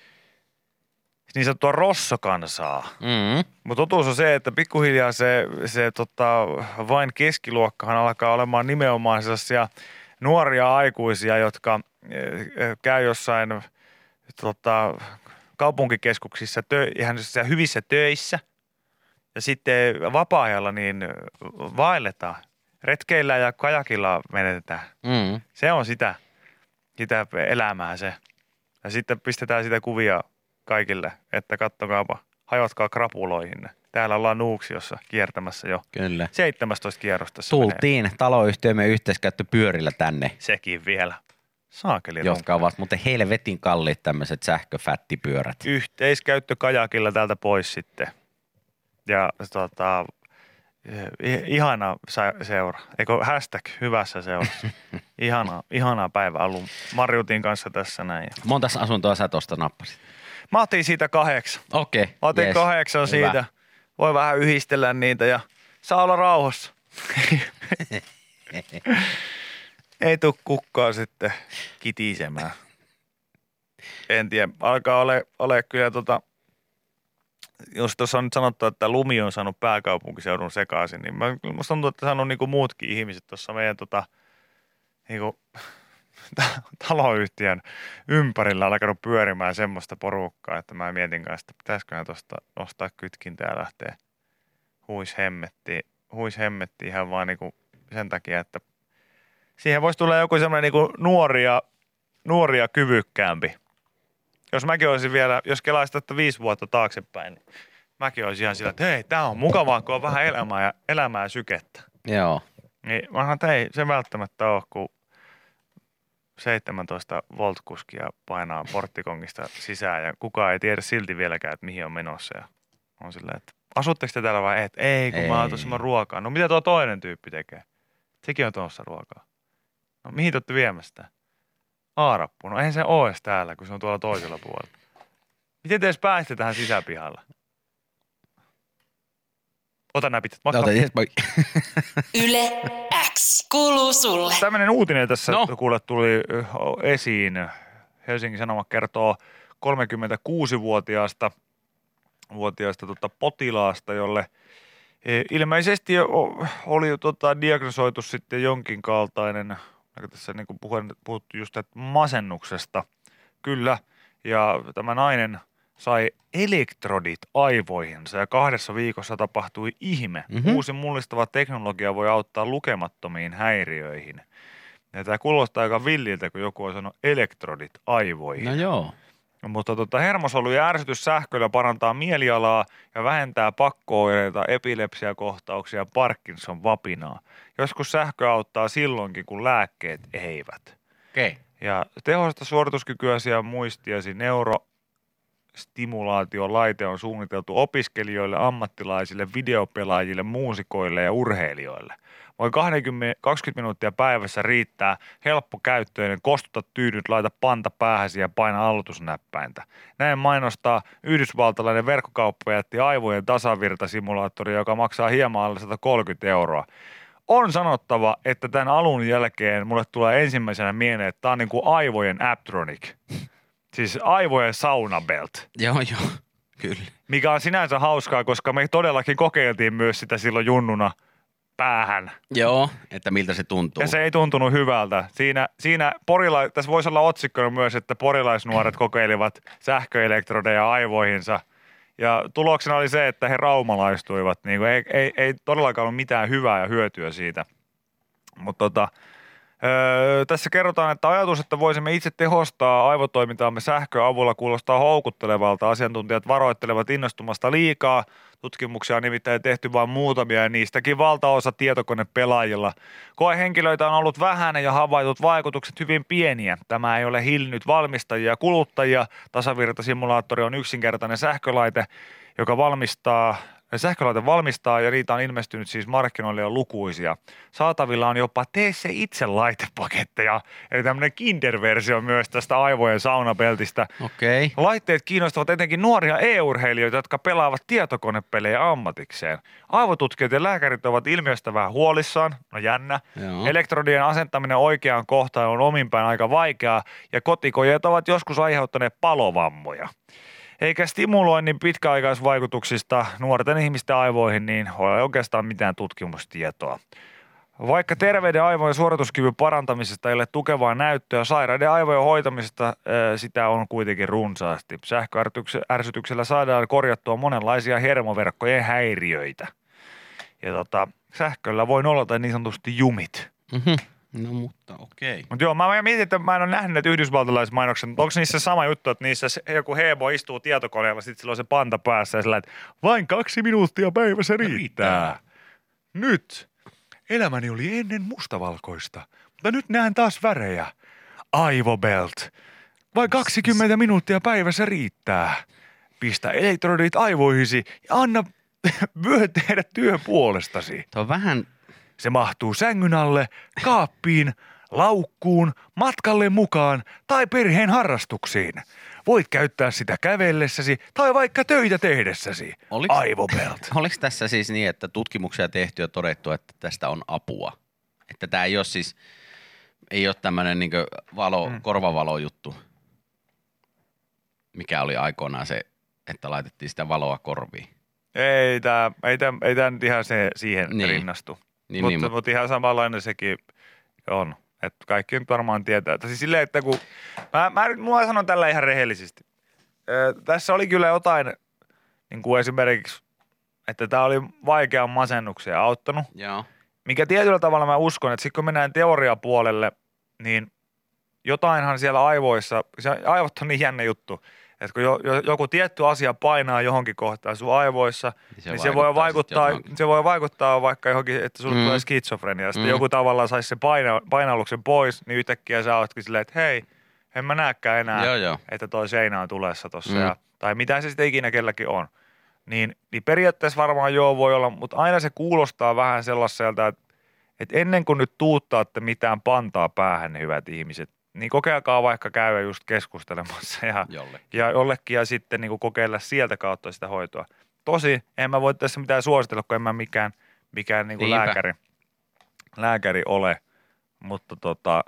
niin sanottua rossokansaa. Mm. Mutta totuus on se, että pikkuhiljaa se, se tota, vain keskiluokkahan alkaa olemaan nimenomaan sellaisia nuoria aikuisia, jotka käy jossain tota, kaupunkikeskuksissa tö, ihan hyvissä töissä ja sitten vapaa-ajalla niin vaelletaan. Retkeillä ja kajakilla menetetään. Mm. Se on sitä, sitä elämää se. Ja sitten pistetään sitä kuvia kaikille, että kattokaapa, hajotkaa krapuloihin. Täällä ollaan Nuuksiossa kiertämässä jo Kyllä. seitsemästoista kierrosta. Tultiin menee. Taloyhtiömme yhteiskäyttöpyörillä tänne. Sekin vielä. Saakeli Jotka runkaa. ovat muuten helvetin kalliit tämmöiset sähköfättipyörät. Yhteiskäyttö kajakilla täältä pois sitten. Ja tota, ihana seura. Eikö hashtag hyvässä seurassa. ihana, ihana päivä ollut Marjutin kanssa tässä näin. Montas asuntoa sä tosta nappasit? Mä otin siitä kahdeksan. Okei. Okay, Mä otin yes, kahdeksan hyvä. Siitä. Voi vähän yhdistellä niitä ja saa olla rauhassa. Ei tuu kukkaa sitten kitisemään. En tiedä, alkaa ole, ole kyllä tota, jos tuossa on nyt sanottu, että lumi on saanut pääkaupunkiseudun sekaisin, niin mä, musta tuntuu, että saanut niinku muutkin ihmiset tuossa meidän tota, niinku, taloyhtiön ympärillä alkanut pyörimään semmoista porukkaa, että mä mietin kanssa, että pitäisiköhän tuosta nostaa kytkintää ja lähteä huis hemmettiin, huis hemmettiin ihan vaan niinku sen takia, että siihen voisi tulla joku semmoinen niinku nuoria, nuoria kyvykkäämpi. Jos mäkin olisin vielä, jos kelaisi tätä viisi vuotta taaksepäin, niin mäkin olisin ihan sillä, että hei, tää on mukavaa, kun on vähän elämää ja, elämää ja sykettä. Joo. Niin mä sanon, että ei se välttämättä ole, kun seitsemäntoista voltkuskia painaa porttikongista sisään ja kukaan ei tiedä silti vieläkään, että mihin on menossa. Ja on silleen, että asutteko te täällä vai et? Ei, kun ei. Mä oon tuossa ruokaa. No mitä tuo toinen tyyppi tekee? Sekin on tuossa ruokaa. No mihin te olette viemästä? Aarappuun. No eihän se ole edes täällä, kun se on tuolla toisella puolella. Miten te edes pääsitte tähän sisäpihalle? Ota nää pität. Ota, yes, Yle X kuuluu sulle. Tämmöinen uutinen tässä no. kuule tuli esiin. Helsingin Sanomat kertoo kolmekymmentäkuusivuotiaasta vuotiaasta tota, potilaasta, jolle ilmeisesti oli tota, diagnosoitu sitten jonkin kaltainen, tässä niin kuin puhuttu just masennuksesta, kyllä, ja tämä nainen sai elektrodit aivoihinsa ja kahdessa viikossa tapahtui ihme. Mm-hmm. Uusi mullistava teknologia voi auttaa lukemattomiin häiriöihin. Ja tämä kuulostaa aika villiltä, kun joku on sanonut elektrodit aivoihin. No joo. Mutta tota, hermosolu ja ärsytys sähköllä parantaa mielialaa ja vähentää pakko-oireita, epilepsiakohtauksia ja Parkinson-vapinaa. Joskus sähkö auttaa silloinkin, kun lääkkeet eivät. Okei. Okay. Ja tehosta suorituskykyäsi ja muistiasi neurostimulaatiolaite on suunniteltu opiskelijoille, ammattilaisille, videopelaajille, muusikoille ja urheilijoille. Noin kaksikymmentä minuuttia päivässä riittää helppokäyttöinen, kostuta tyydyt, laita panta päähäsi ja paina aloitusnäppäintä. Näin mainostaa yhdysvaltalainen verkkokauppa jätti aivojen tasavirtasimulaattori, joka maksaa hieman alle sata kolmekymmentä euroa. On sanottava, että tämän alun jälkeen mulle tulee ensimmäisenä mieleen, että tämä on niin kuin aivojen Apptronic. Siis aivojen saunabelt. Joo, joo, kyllä. Mikä on sinänsä hauskaa, koska me todellakin kokeiltiin myös sitä silloin junnuna päähän. Joo, että miltä se tuntuu. Ja se ei tuntunut hyvältä. Siinä, siinä porila- tässä voisi olla otsikkona myös, että porilaisnuoret kokeilivat sähköelektrodeja aivoihinsa. Ja tuloksena oli se, että he raumalaistuivat. Niin kuin ei, ei, ei todellakaan ollut mitään hyvää ja hyötyä siitä. Mutta tota, öö, tässä kerrotaan, että ajatus, että voisimme itse tehostaa aivotoimintaamme sähkön avulla kuulostaa houkuttelevalta. Asiantuntijat varoittelevat innostumasta liikaa. Tutkimuksia on nimittäin tehty vain muutamia ja niistäkin valtaosa tietokonepelaajilla. Koehenkilöitä on ollut vähän ja havaitut vaikutukset hyvin pieniä. Tämä ei ole hillinnyt valmistajia ja kuluttajia. Tasavirtasimulaattori on yksinkertainen sähkölaite, joka valmistaa Sähkölaite valmistaa ja niitä on ilmestynyt siis markkinoille jo lukuisia. Saatavilla on jopa tee se itse laitepaketteja, eli tämmöinen Kinder-versio myös tästä aivojen saunapeltistä. Okei. Okay. Laitteet kiinnostavat etenkin nuoria e-urheilijoita, jotka pelaavat tietokonepelejä ammatikseen. Aivotutkijat ja lääkärit ovat ilmiöstä vähän huolissaan, no jännä. Joo. Elektrodien asentaminen oikeaan kohtaan on ominpäin aika vaikeaa ja kotikojeet ovat joskus aiheuttaneet palovammoja. Eikä stimuloinnin pitkäaikaisvaikutuksista nuorten ihmisten aivoihin niin ole oikeastaan mitään tutkimustietoa. Vaikka terveiden aivojen suorituskyvyn parantamisesta ei ole tukevaa näyttöä, sairaiden aivojen hoitamisesta sitä on kuitenkin runsaasti. Sähköärsytyksellä saadaan korjattua monenlaisia hermoverkkojen häiriöitä. Ja tota, sähköllä voi nollata niin sanotusti jumit. Mm-hmm. No mutta okei. Okay. Mutta joo, mä mietin, että mä en ole nähnyt näitä yhdysvaltalaismainoksia, mutta onko niissä sama juttu, että niissä joku hebo istuu tietokoneella, sitten sillä on se panta päässä ja sillä, että vain kaksi minuuttia päivässä riittää. riittää. Nyt. Elämäni oli ennen mustavalkoista, mutta nyt näen taas värejä. Aivobelt. Vain kaksikymmentä minuuttia päivässä riittää. Pistä elektrodit aivoihisi ja anna vyö tehdä työn puolestasi. Tuo on vähän... Se mahtuu sängyn alle, kaappiin, laukkuun, matkalle mukaan tai perheen harrastuksiin. Voit käyttää sitä kävellessäsi tai vaikka töitä tehdessäsi. Oliks, Aivobelt. Oliko tässä siis niin, että tutkimuksia tehty ja todettu, että tästä on apua? Että tämä ei ole siis, ei ole tämmöinen niin valo, hmm. korvavalo-juttu, mikä oli aikoinaan se, että laitettiin sitä valoa korviin. Ei tämä ei tää, ei tää nyt ihan se, siihen niin. rinnastu. Niin, mutta, niin, mutta ihan samanlainen sekin on. Että kaikki nyt varmaan tietää. Että siis silleen, että kun... Mä, mä, mä sanon tällä ihan rehellisesti. Ö, tässä oli kyllä jotain, niin kuin esimerkiksi, että tämä oli vaikean masennuksen auttanut. Joo. Mikä tietyllä tavalla mä uskon, että sitten kun mennään teoriapuolelle, niin jotainhan siellä aivoissa, se aivot on niin jännä juttu, että kun jo, jo, joku tietty asia painaa johonkin kohtaan sun aivoissa, niin se, niin se, voi, vaikuttaa, se voi vaikuttaa vaikka johonkin, että sulle mm. tulee skitsofrenia. Sitten mm. joku tavallaan saisi sen paina, painalluksen pois, niin yhtäkkiä sä ootkin silleen, että hei, en mä näekään enää, joo, joo. että toi seinä on tulessa tossa. Mm. Ja, tai mitä se sitten ikinä kelläkin on. Niin, niin periaatteessa varmaan joo voi olla, mutta aina se kuulostaa vähän sellaiselta, että, että ennen kuin nyt tuuttaatte mitään pantaa päähän, ne hyvät ihmiset, niin kokeilkaa vaikka käydä just keskustelemassa ja jollekin ja, jollekin ja sitten niin kuin kokeilla sieltä kautta sitä hoitoa. Tosi, en mä voi tässä mitään suositella, kun en mä mikään, mikään niin kuin lääkäri, lääkäri ole, mutta tota,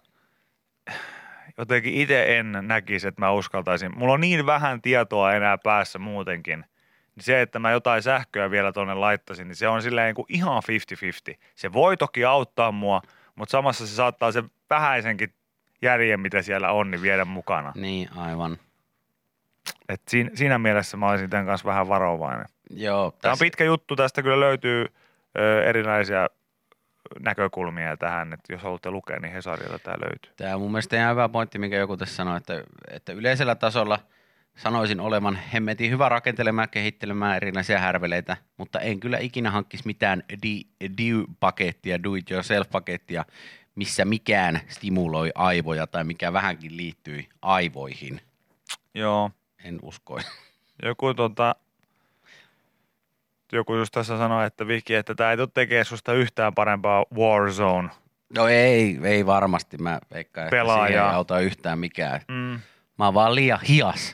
jotenkin itse en näkisi, että mä uskaltaisin. Mulla on niin vähän tietoa enää päässä muutenkin, niin se, että mä jotain sähköä vielä tonne laittaisin, niin se on silleen niin kuin ihan viisikymmentä viisikymmentä. Se voi toki auttaa mua, mutta samassa se saattaa se vähäisenkin järjen, mitä siellä on, niin viedä mukana. Niin, aivan. Et siinä, siinä mielessä mä olisin tämän kanssa vähän varovainen. Joo. Tämä on pitkä juttu, tästä kyllä löytyy ö, erinäisiä näkökulmia tähän, että jos haluatte lukea, niin Hesarilta tämä löytyy. Tämä on mun mielestä ihan hyvä pointti, minkä joku tässä sanoi, että, että yleisellä tasolla sanoisin olevan hemmetin hyvä rakentelemaan ja kehittelemään erinäisiä härveleitä, mutta en kyllä ikinä hankkisi mitään D I Y-pakettia, do it yourself-pakettia, missä mikään stimuloi aivoja tai mikä vähänkin liittyy aivoihin. Joo. En uskoi. Joku, tota, joku just tässä sanoi, että Viki, että tämä ei tule tekemään susta yhtään parempaa Warzone. No ei, ei varmasti. Mä veikkaan, että siihen ei auta yhtään mikään. Mm. Mä oon vaan liian hias.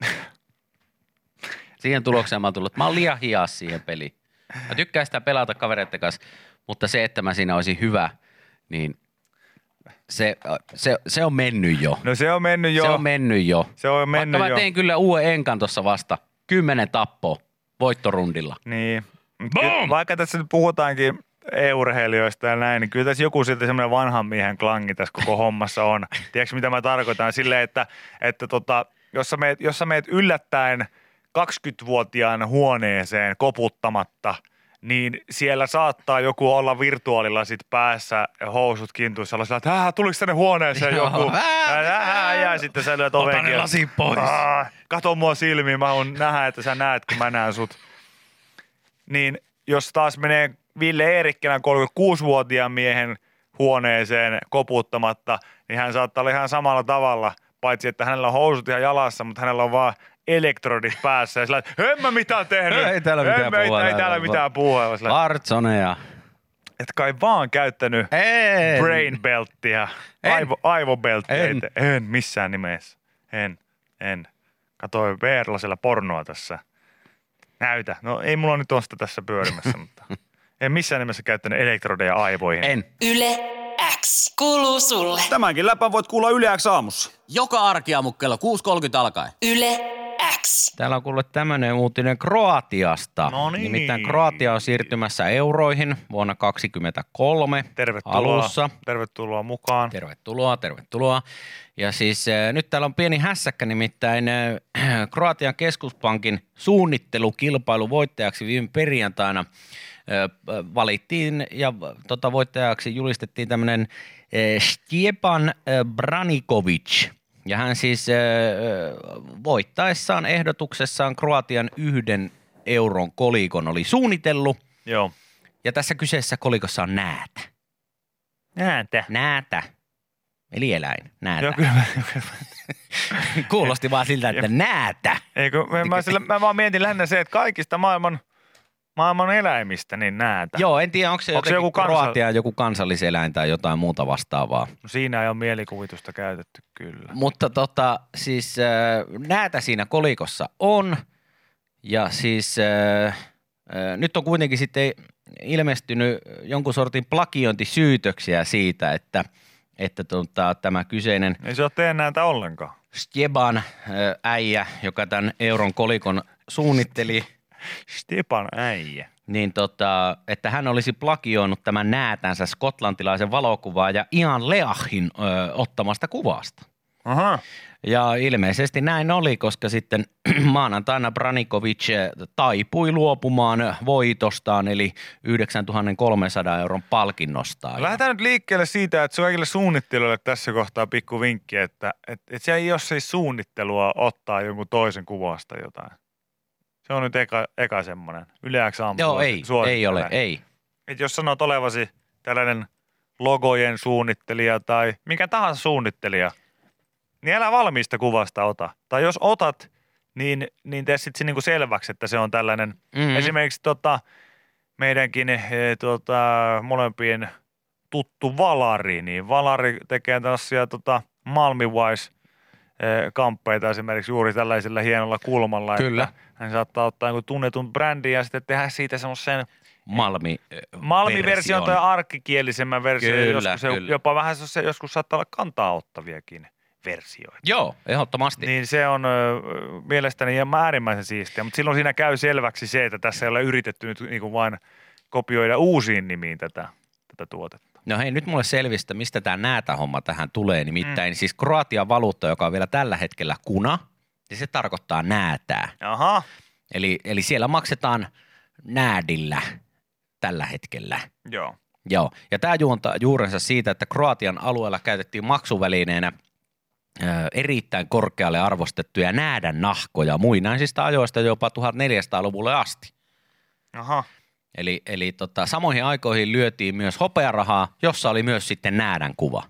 Siihen tulokseen mä oon tullut, että mä oon liian hias siihen peliin. Mä tykkään sitä pelata kavereiden kanssa, mutta se, että mä siinä olisin hyvä, niin Se, se, se on mennyt jo. No se on mennyt jo. Se on mennyt jo. Se on mennyt Vaikka jo. mä tein kyllä uuden enkan tuossa vasta. Kymmenen tappoa voittorundilla. Niin. Boom! Vaikka tässä nyt puhutaankin e-urheilijoista ja näin, niin kyllä tässä joku silti semmoinen vanhan miehen klangi tässä koko hommassa on. Tiedätkö mitä mä tarkoitan? Silleen, että, että tota, jos, sä meet, jos sä meet yllättäen kaksikymmentävuotiaan huoneeseen koputtamatta, niin siellä saattaa joku olla virtuaalilla sit päässä ja housut kintuissa olla sillä, että hää, tuliko tänne huoneeseen joku? Hää, ja sitten sä lyöt ovenkin. Ota ne lasit pois. Kato mua silmiin, mä haluan nähdä, että sä näet, kun mä näen sut. Niin jos taas menee Ville Eerikkilän kolmekymmentäkuusivuotiaan miehen huoneeseen koputtamatta, niin hän saattaa olla ihan samalla tavalla, paitsi että hänellä on housut ihan jalassa, mutta hänellä on vaan elektrodit päässä ja sillä, että en mä mitään tehnyt. Ei täällä mitään ei, puhua. Ei täällä mitään puhua. Vartsoneja. Että kai vaan käyttänyt En. brain belttiä, En. aivo, aivobelttiä. En. En missään nimessä. En, en. Katoin V R-lasella pornoa tässä. Näytä. No ei mulla nyt ole sitä tässä pyörimässä, mutta en missään nimessä käyttänyt elektrodeja aivoihin. En. Yle X kuuluu sulle. Tämänkin läpän voit kuulla Yle X aamussa. Joka arkiaamu kello kuusi kolmekymmentä alkaen. Yle X. Täällä on kuullut tämmöinen uutinen Kroatiasta. No niin. Nimittäin Kroatia on siirtymässä euroihin vuonna kaksikymmentäkolme Tervetuloa. alussa. Tervetuloa mukaan. Tervetuloa, tervetuloa. Ja siis äh, nyt täällä on pieni hässäkkä, nimittäin äh, Kroatian keskuspankin suunnittelukilpailu voittajaksi viime perjantaina äh, valittiin ja tota, voittajaksi julistettiin tämmöinen äh, Stjepan äh, Branikovic. Ja hän siis äh, voittaessaan ehdotuksessaan Kroatian yhden euron kolikon oli suunnitellut. Joo. Ja tässä kyseessä kolikossa on näätä. Näitä. Näätä. Eli eläin. Näätä. Joo, kyllä. Kuulosti vaan siltä, että näätä. Eikö, mä, mä, sillä, mä vaan mietin lähinnä se, että kaikista maailman, maailman eläimistä niin näitä. Joo, en tiedä, onko se, Onko se jotenkin joku kansa- Kroatian joku kansalliseläin tai jotain muuta vastaavaa. No siinä ei ole mielikuvitusta käytetty kyllä. Mutta tota, siis äh, näätä siinä kolikossa on. Ja siis äh, äh, nyt on kuitenkin sitten ilmestynyt jonkun sortin plagiointisyytöksiä siitä, että, että tota, tämä kyseinen Ei se ole tee näitä ollenkaan. Stjeban äh, äijä, joka tämän euron kolikon suunnitteli, Stepan äijä. niin tota, että hän olisi plagioinut tämän näätänsä skotlantilaisen valokuvaaja Ian Leachin ö, ottamasta kuvasta. Aha. Ja ilmeisesti näin oli, koska sitten maanantaina Branikovic taipui luopumaan voitostaan, eli yhdeksäntuhattakolmesataa euron palkinnostaan. Lähdetään nyt liikkeelle siitä, että se on kaikille suunnittelijoille tässä kohtaa pikku vinkki, että et, et se ei ole siis suunnittelua ottaa jonkun toisen kuvasta jotain. Se on nyt eka, eka semmoinen. Yleäksi aamu. Joo, ei, ei ole, ei. Et jos sanot olevasi tällainen logojen suunnittelija tai mikä tahansa suunnittelija, niin älä valmiista kuvasta ota. Tai jos otat, niin, niin tee sitten niinku selväksi, että se on tällainen. Mm-hmm. Esimerkiksi tota, meidänkin e, tota, molempien tuttu Valari, niin Valari tekee tällaisia tota, Malmiwise e, kamppeita esimerkiksi juuri tällaisella hienolla kulmalla. Kyllä. Että hän saattaa ottaa jonkun tunnetun brändin ja sitten tehdä siitä semmoisen Malmi Malmi-version tai arkkikielisemmän version. Kyllä, joskus se, kyllä. jopa vähän se, joskus saattaa olla kantaa ottaviakin versioita. Joo, ehdottomasti. Niin se on ö, mielestäni ihan äärimmäisen siistiä, mutta silloin siinä käy selväksi se, että tässä ei ole yritetty nyt niin kuin vain kopioida uusiin nimiin tätä, tätä tuotetta. No hei, nyt mulle selvistä, mistä tämä näätä-homma tähän tulee. Nimittäin mm. siis Kroatian valuutta, joka on vielä tällä hetkellä kuna, niin se tarkoittaa näätää. Aha. Eli, eli siellä maksetaan näädillä tällä hetkellä. Joo. Joo, ja tämä juontaa juurensa siitä, että Kroatian alueella käytettiin maksuvälineenä ö, erittäin korkealle arvostettuja näädän nahkoja muinaisista ajoista jopa tuhatneljäsataaluvulle asti. Aha. Eli, eli tota, samoihin aikoihin lyötiin myös hopearahaa, jossa oli myös sitten näädän kuva.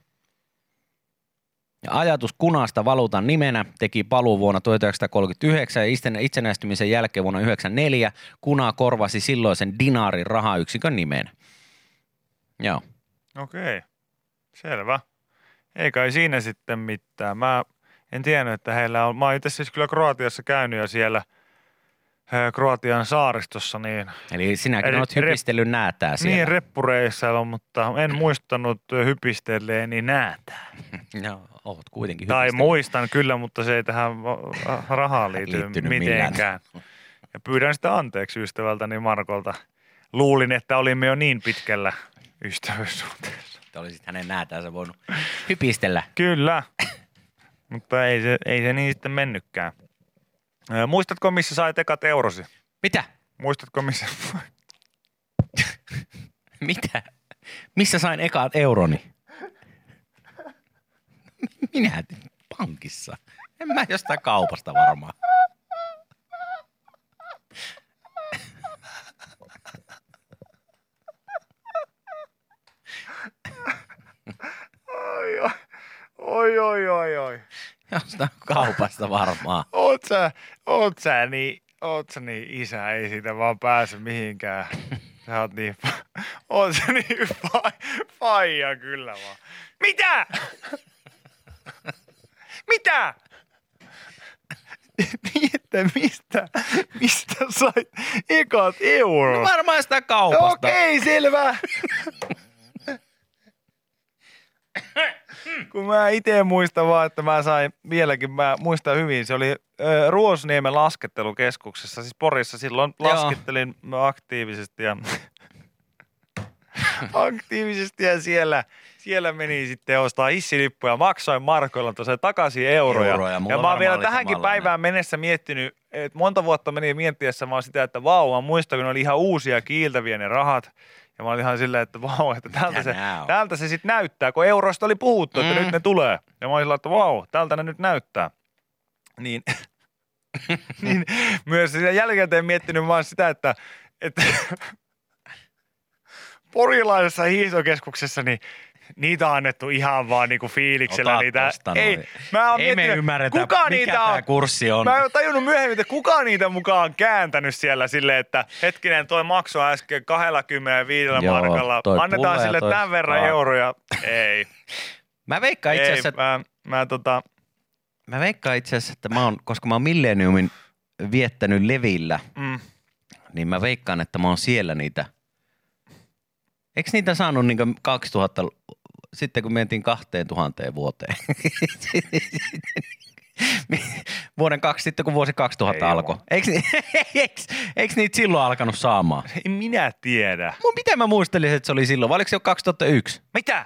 Ja ajatus kunaasta valuutan nimenä teki paluu vuonna tuhatyhdeksänsataakolmekymmentäyhdeksän ja itsenäistymisen jälkeen vuonna yhdeksänkymmentäneljä kuna korvasi silloisen dinaarin rahayksikön nimen. Joo. Okei. Selvä. Ei kai siinä sitten mitään. Mä en tiennyt, että heillä on, mä oon itse siis kyllä Kroatiassa käynyt ja siellä Kroatian saaristossa, niin... Eli sinäkin Eri- olet hypistellyt näätää siellä. Niin, reppureissailu, mutta en muistanut hypistelleeni näätää. No, oot kuitenkin Tai hypistellyt. muistan kyllä, mutta se ei tähän va- rahaan liity Liittynyt mitenkään. Ja pyydän sitä anteeksi ystävältäni Markolta. Luulin, että olimme jo niin pitkällä ystävyyssuhteessa. Että olisit hänen näätäänsä voinut hypistellä. Kyllä, mutta ei se, ei se niin sitten mennytkään. Ää, Muistatko, missä sait ekat eurosi? Mitä? Muistatko, missä... Mitä? Missä sain ekat euroni? Minä pankissa. En mä jostain kaupasta varmaan. Oi, oi, oi, oi, oi, oi. Jostain kaupasta varmaan. Oot sä, oot sä niin, oot sä niin isä, ei siitä vaan pääse mihinkään. Sä oot niin, oot sä niin fa, faija kyllä vaan. Mitä? Mitä? Niin, että mistä, mistä sait ekat eurot? No varmaan sitä kaupasta. Okei, selvä. Kun mä itse muistan vaan, että mä sain vieläkin, mä muistan hyvin, se oli ö, Ruosniemen laskettelukeskuksessa, siis Porissa silloin Joo. laskettelin aktiivisesti ja aktiivisesti ja siellä, siellä meni sitten ostaa hissilippuja, maksoin markoilla tosiaan takaisin euroja. Euroja, mulla Ja mä oon vielä varmaan oli tähänkin samanlainen. päivään mennessä miettinyt, että monta vuotta meni miettiessä vaan sitä, että vau, mä muistan, kun ne oli ihan uusia kiiltäviä ne rahat. Ja mä olin ihan silleen, että vau, että tältä se, nää on? tältä se sitten näyttää, kun euroista oli puhuttu, että Mm. nyt ne tulee. Ja mä olin sillä, että vau, tältä ne nyt näyttää. Niin, niin myös sen jälkikäteen miettinyt vaan sitä, että, että porilaisessa hiihtokeskuksessa, niin niitä on annettu ihan vaan niinku fiiliksellä. Ota Niitä, tosta ei, noin. mä oon Ei me miettinyt, ymmärretä, kuka mikä niitä tää on, kurssi on. Mä en ole tajunnut myöhemmin, että kuka niitä mukaan on kääntänyt siellä silleen, että hetkinen, toi maksoi äsken kaksikymmentäviisi Joo, markalla. toi Annetaan pulla ja sille toi tämän verran kaakku. euroja. Ei, Mä veikkaan itse ei, asiassa, että, mä, mä tota, mä veikkaan itse asiassa, että mä oon, koska mä oon Millenniumin viettänyt Levillä, mm, niin mä veikkaan, että mä oon siellä niitä. Eikö niitä saanut niinku kaksituhatta, sitten kun mentiin kaksituhatta vuoteen? Vuoden kaksi, sitten kun vuosi kaksituhatta Ei alkoi. Eikö, ni- eikö, eikö niitä silloin alkanut saamaan? en minä tiedä. Mun miten mä muistelin, että se oli silloin, vai oliko se jo kaksituhattayksi? Mitä?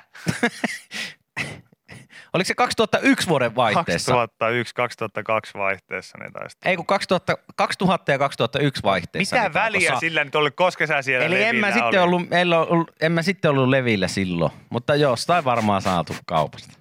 Oliko se kaksituhattayksi vuoden vaihteessa? kaksituhattayksi kaksituhattakaksi vaihteessa ne taisi. Ei kun kaksituhatta, kaksituhatta ja kaksituhattayksi vaihteessa. Mitä niitä alkoi väliä saa- sillä nyt oli, koska sä siellä Eli en mä, levillä sitten oli? ollut, en, ollut, en mä sitten ollut levillä silloin, mutta jostain varmaan saatu kaupasta.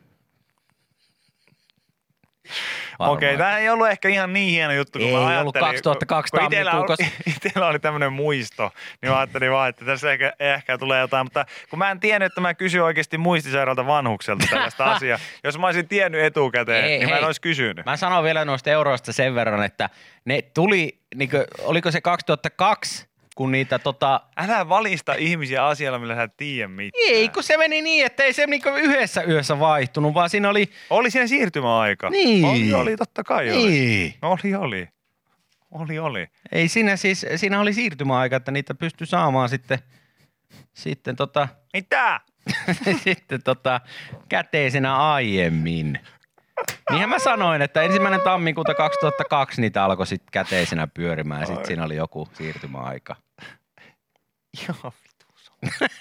Varmaan. Okei, tämä ei ollut ehkä ihan niin hieno juttu, kun Ei mä ollut ajattelin. kaksituhattakaksi kun itellä, tammikuun, oli, itellä oli tämmöinen muisto, niin mä ajattelin vaan, että tässä ehkä, ehkä tulee jotain. Mutta kun mä en tiennyt, että mä kysyn oikeasti muistisairaalta vanhukselta tällaista asiaa. Jos mä olisin tiennyt etukäteen, Ei, niin mä en hei. olisi kysynyt. Mä sanon vielä noista euroista sen verran, että ne tuli, niin kuin, oliko se kaksituhattakaksi, kun niitä tota... Älä valista ihmisiä asialla, millä sä et tiedä mitään. Ei, kun se meni niin, että ei se niin yhdessä yössä vaihtunut, vaan siinä oli... Oli siinä siirtymäaika. Niin. Oli, oli, totta kai oli. Niin. Oli, oli. Oli, oli. Ei siinä siis, siinä oli siirtymäaika, että niitä pystyi saamaan sitten, sitten tota, Mitä? sitten tota, käteisenä aiemmin. Niinhän mä sanoin, että ensimmäinen tammikuuta kaksituhattakaksi niitä alkoi sitten käteisenä pyörimään ja sitten siinä oli joku siirtymäaika. Ihan vitus.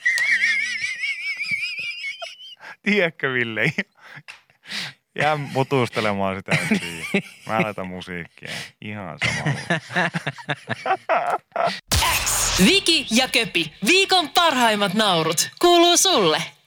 Tiedätkö, Ville? Jää mutustelemaan sitä. Etsiä. Mä laitan musiikkia. Ihan samalla. Viki ja Köpi, viikon parhaimmat naurut, kuuluu sulle.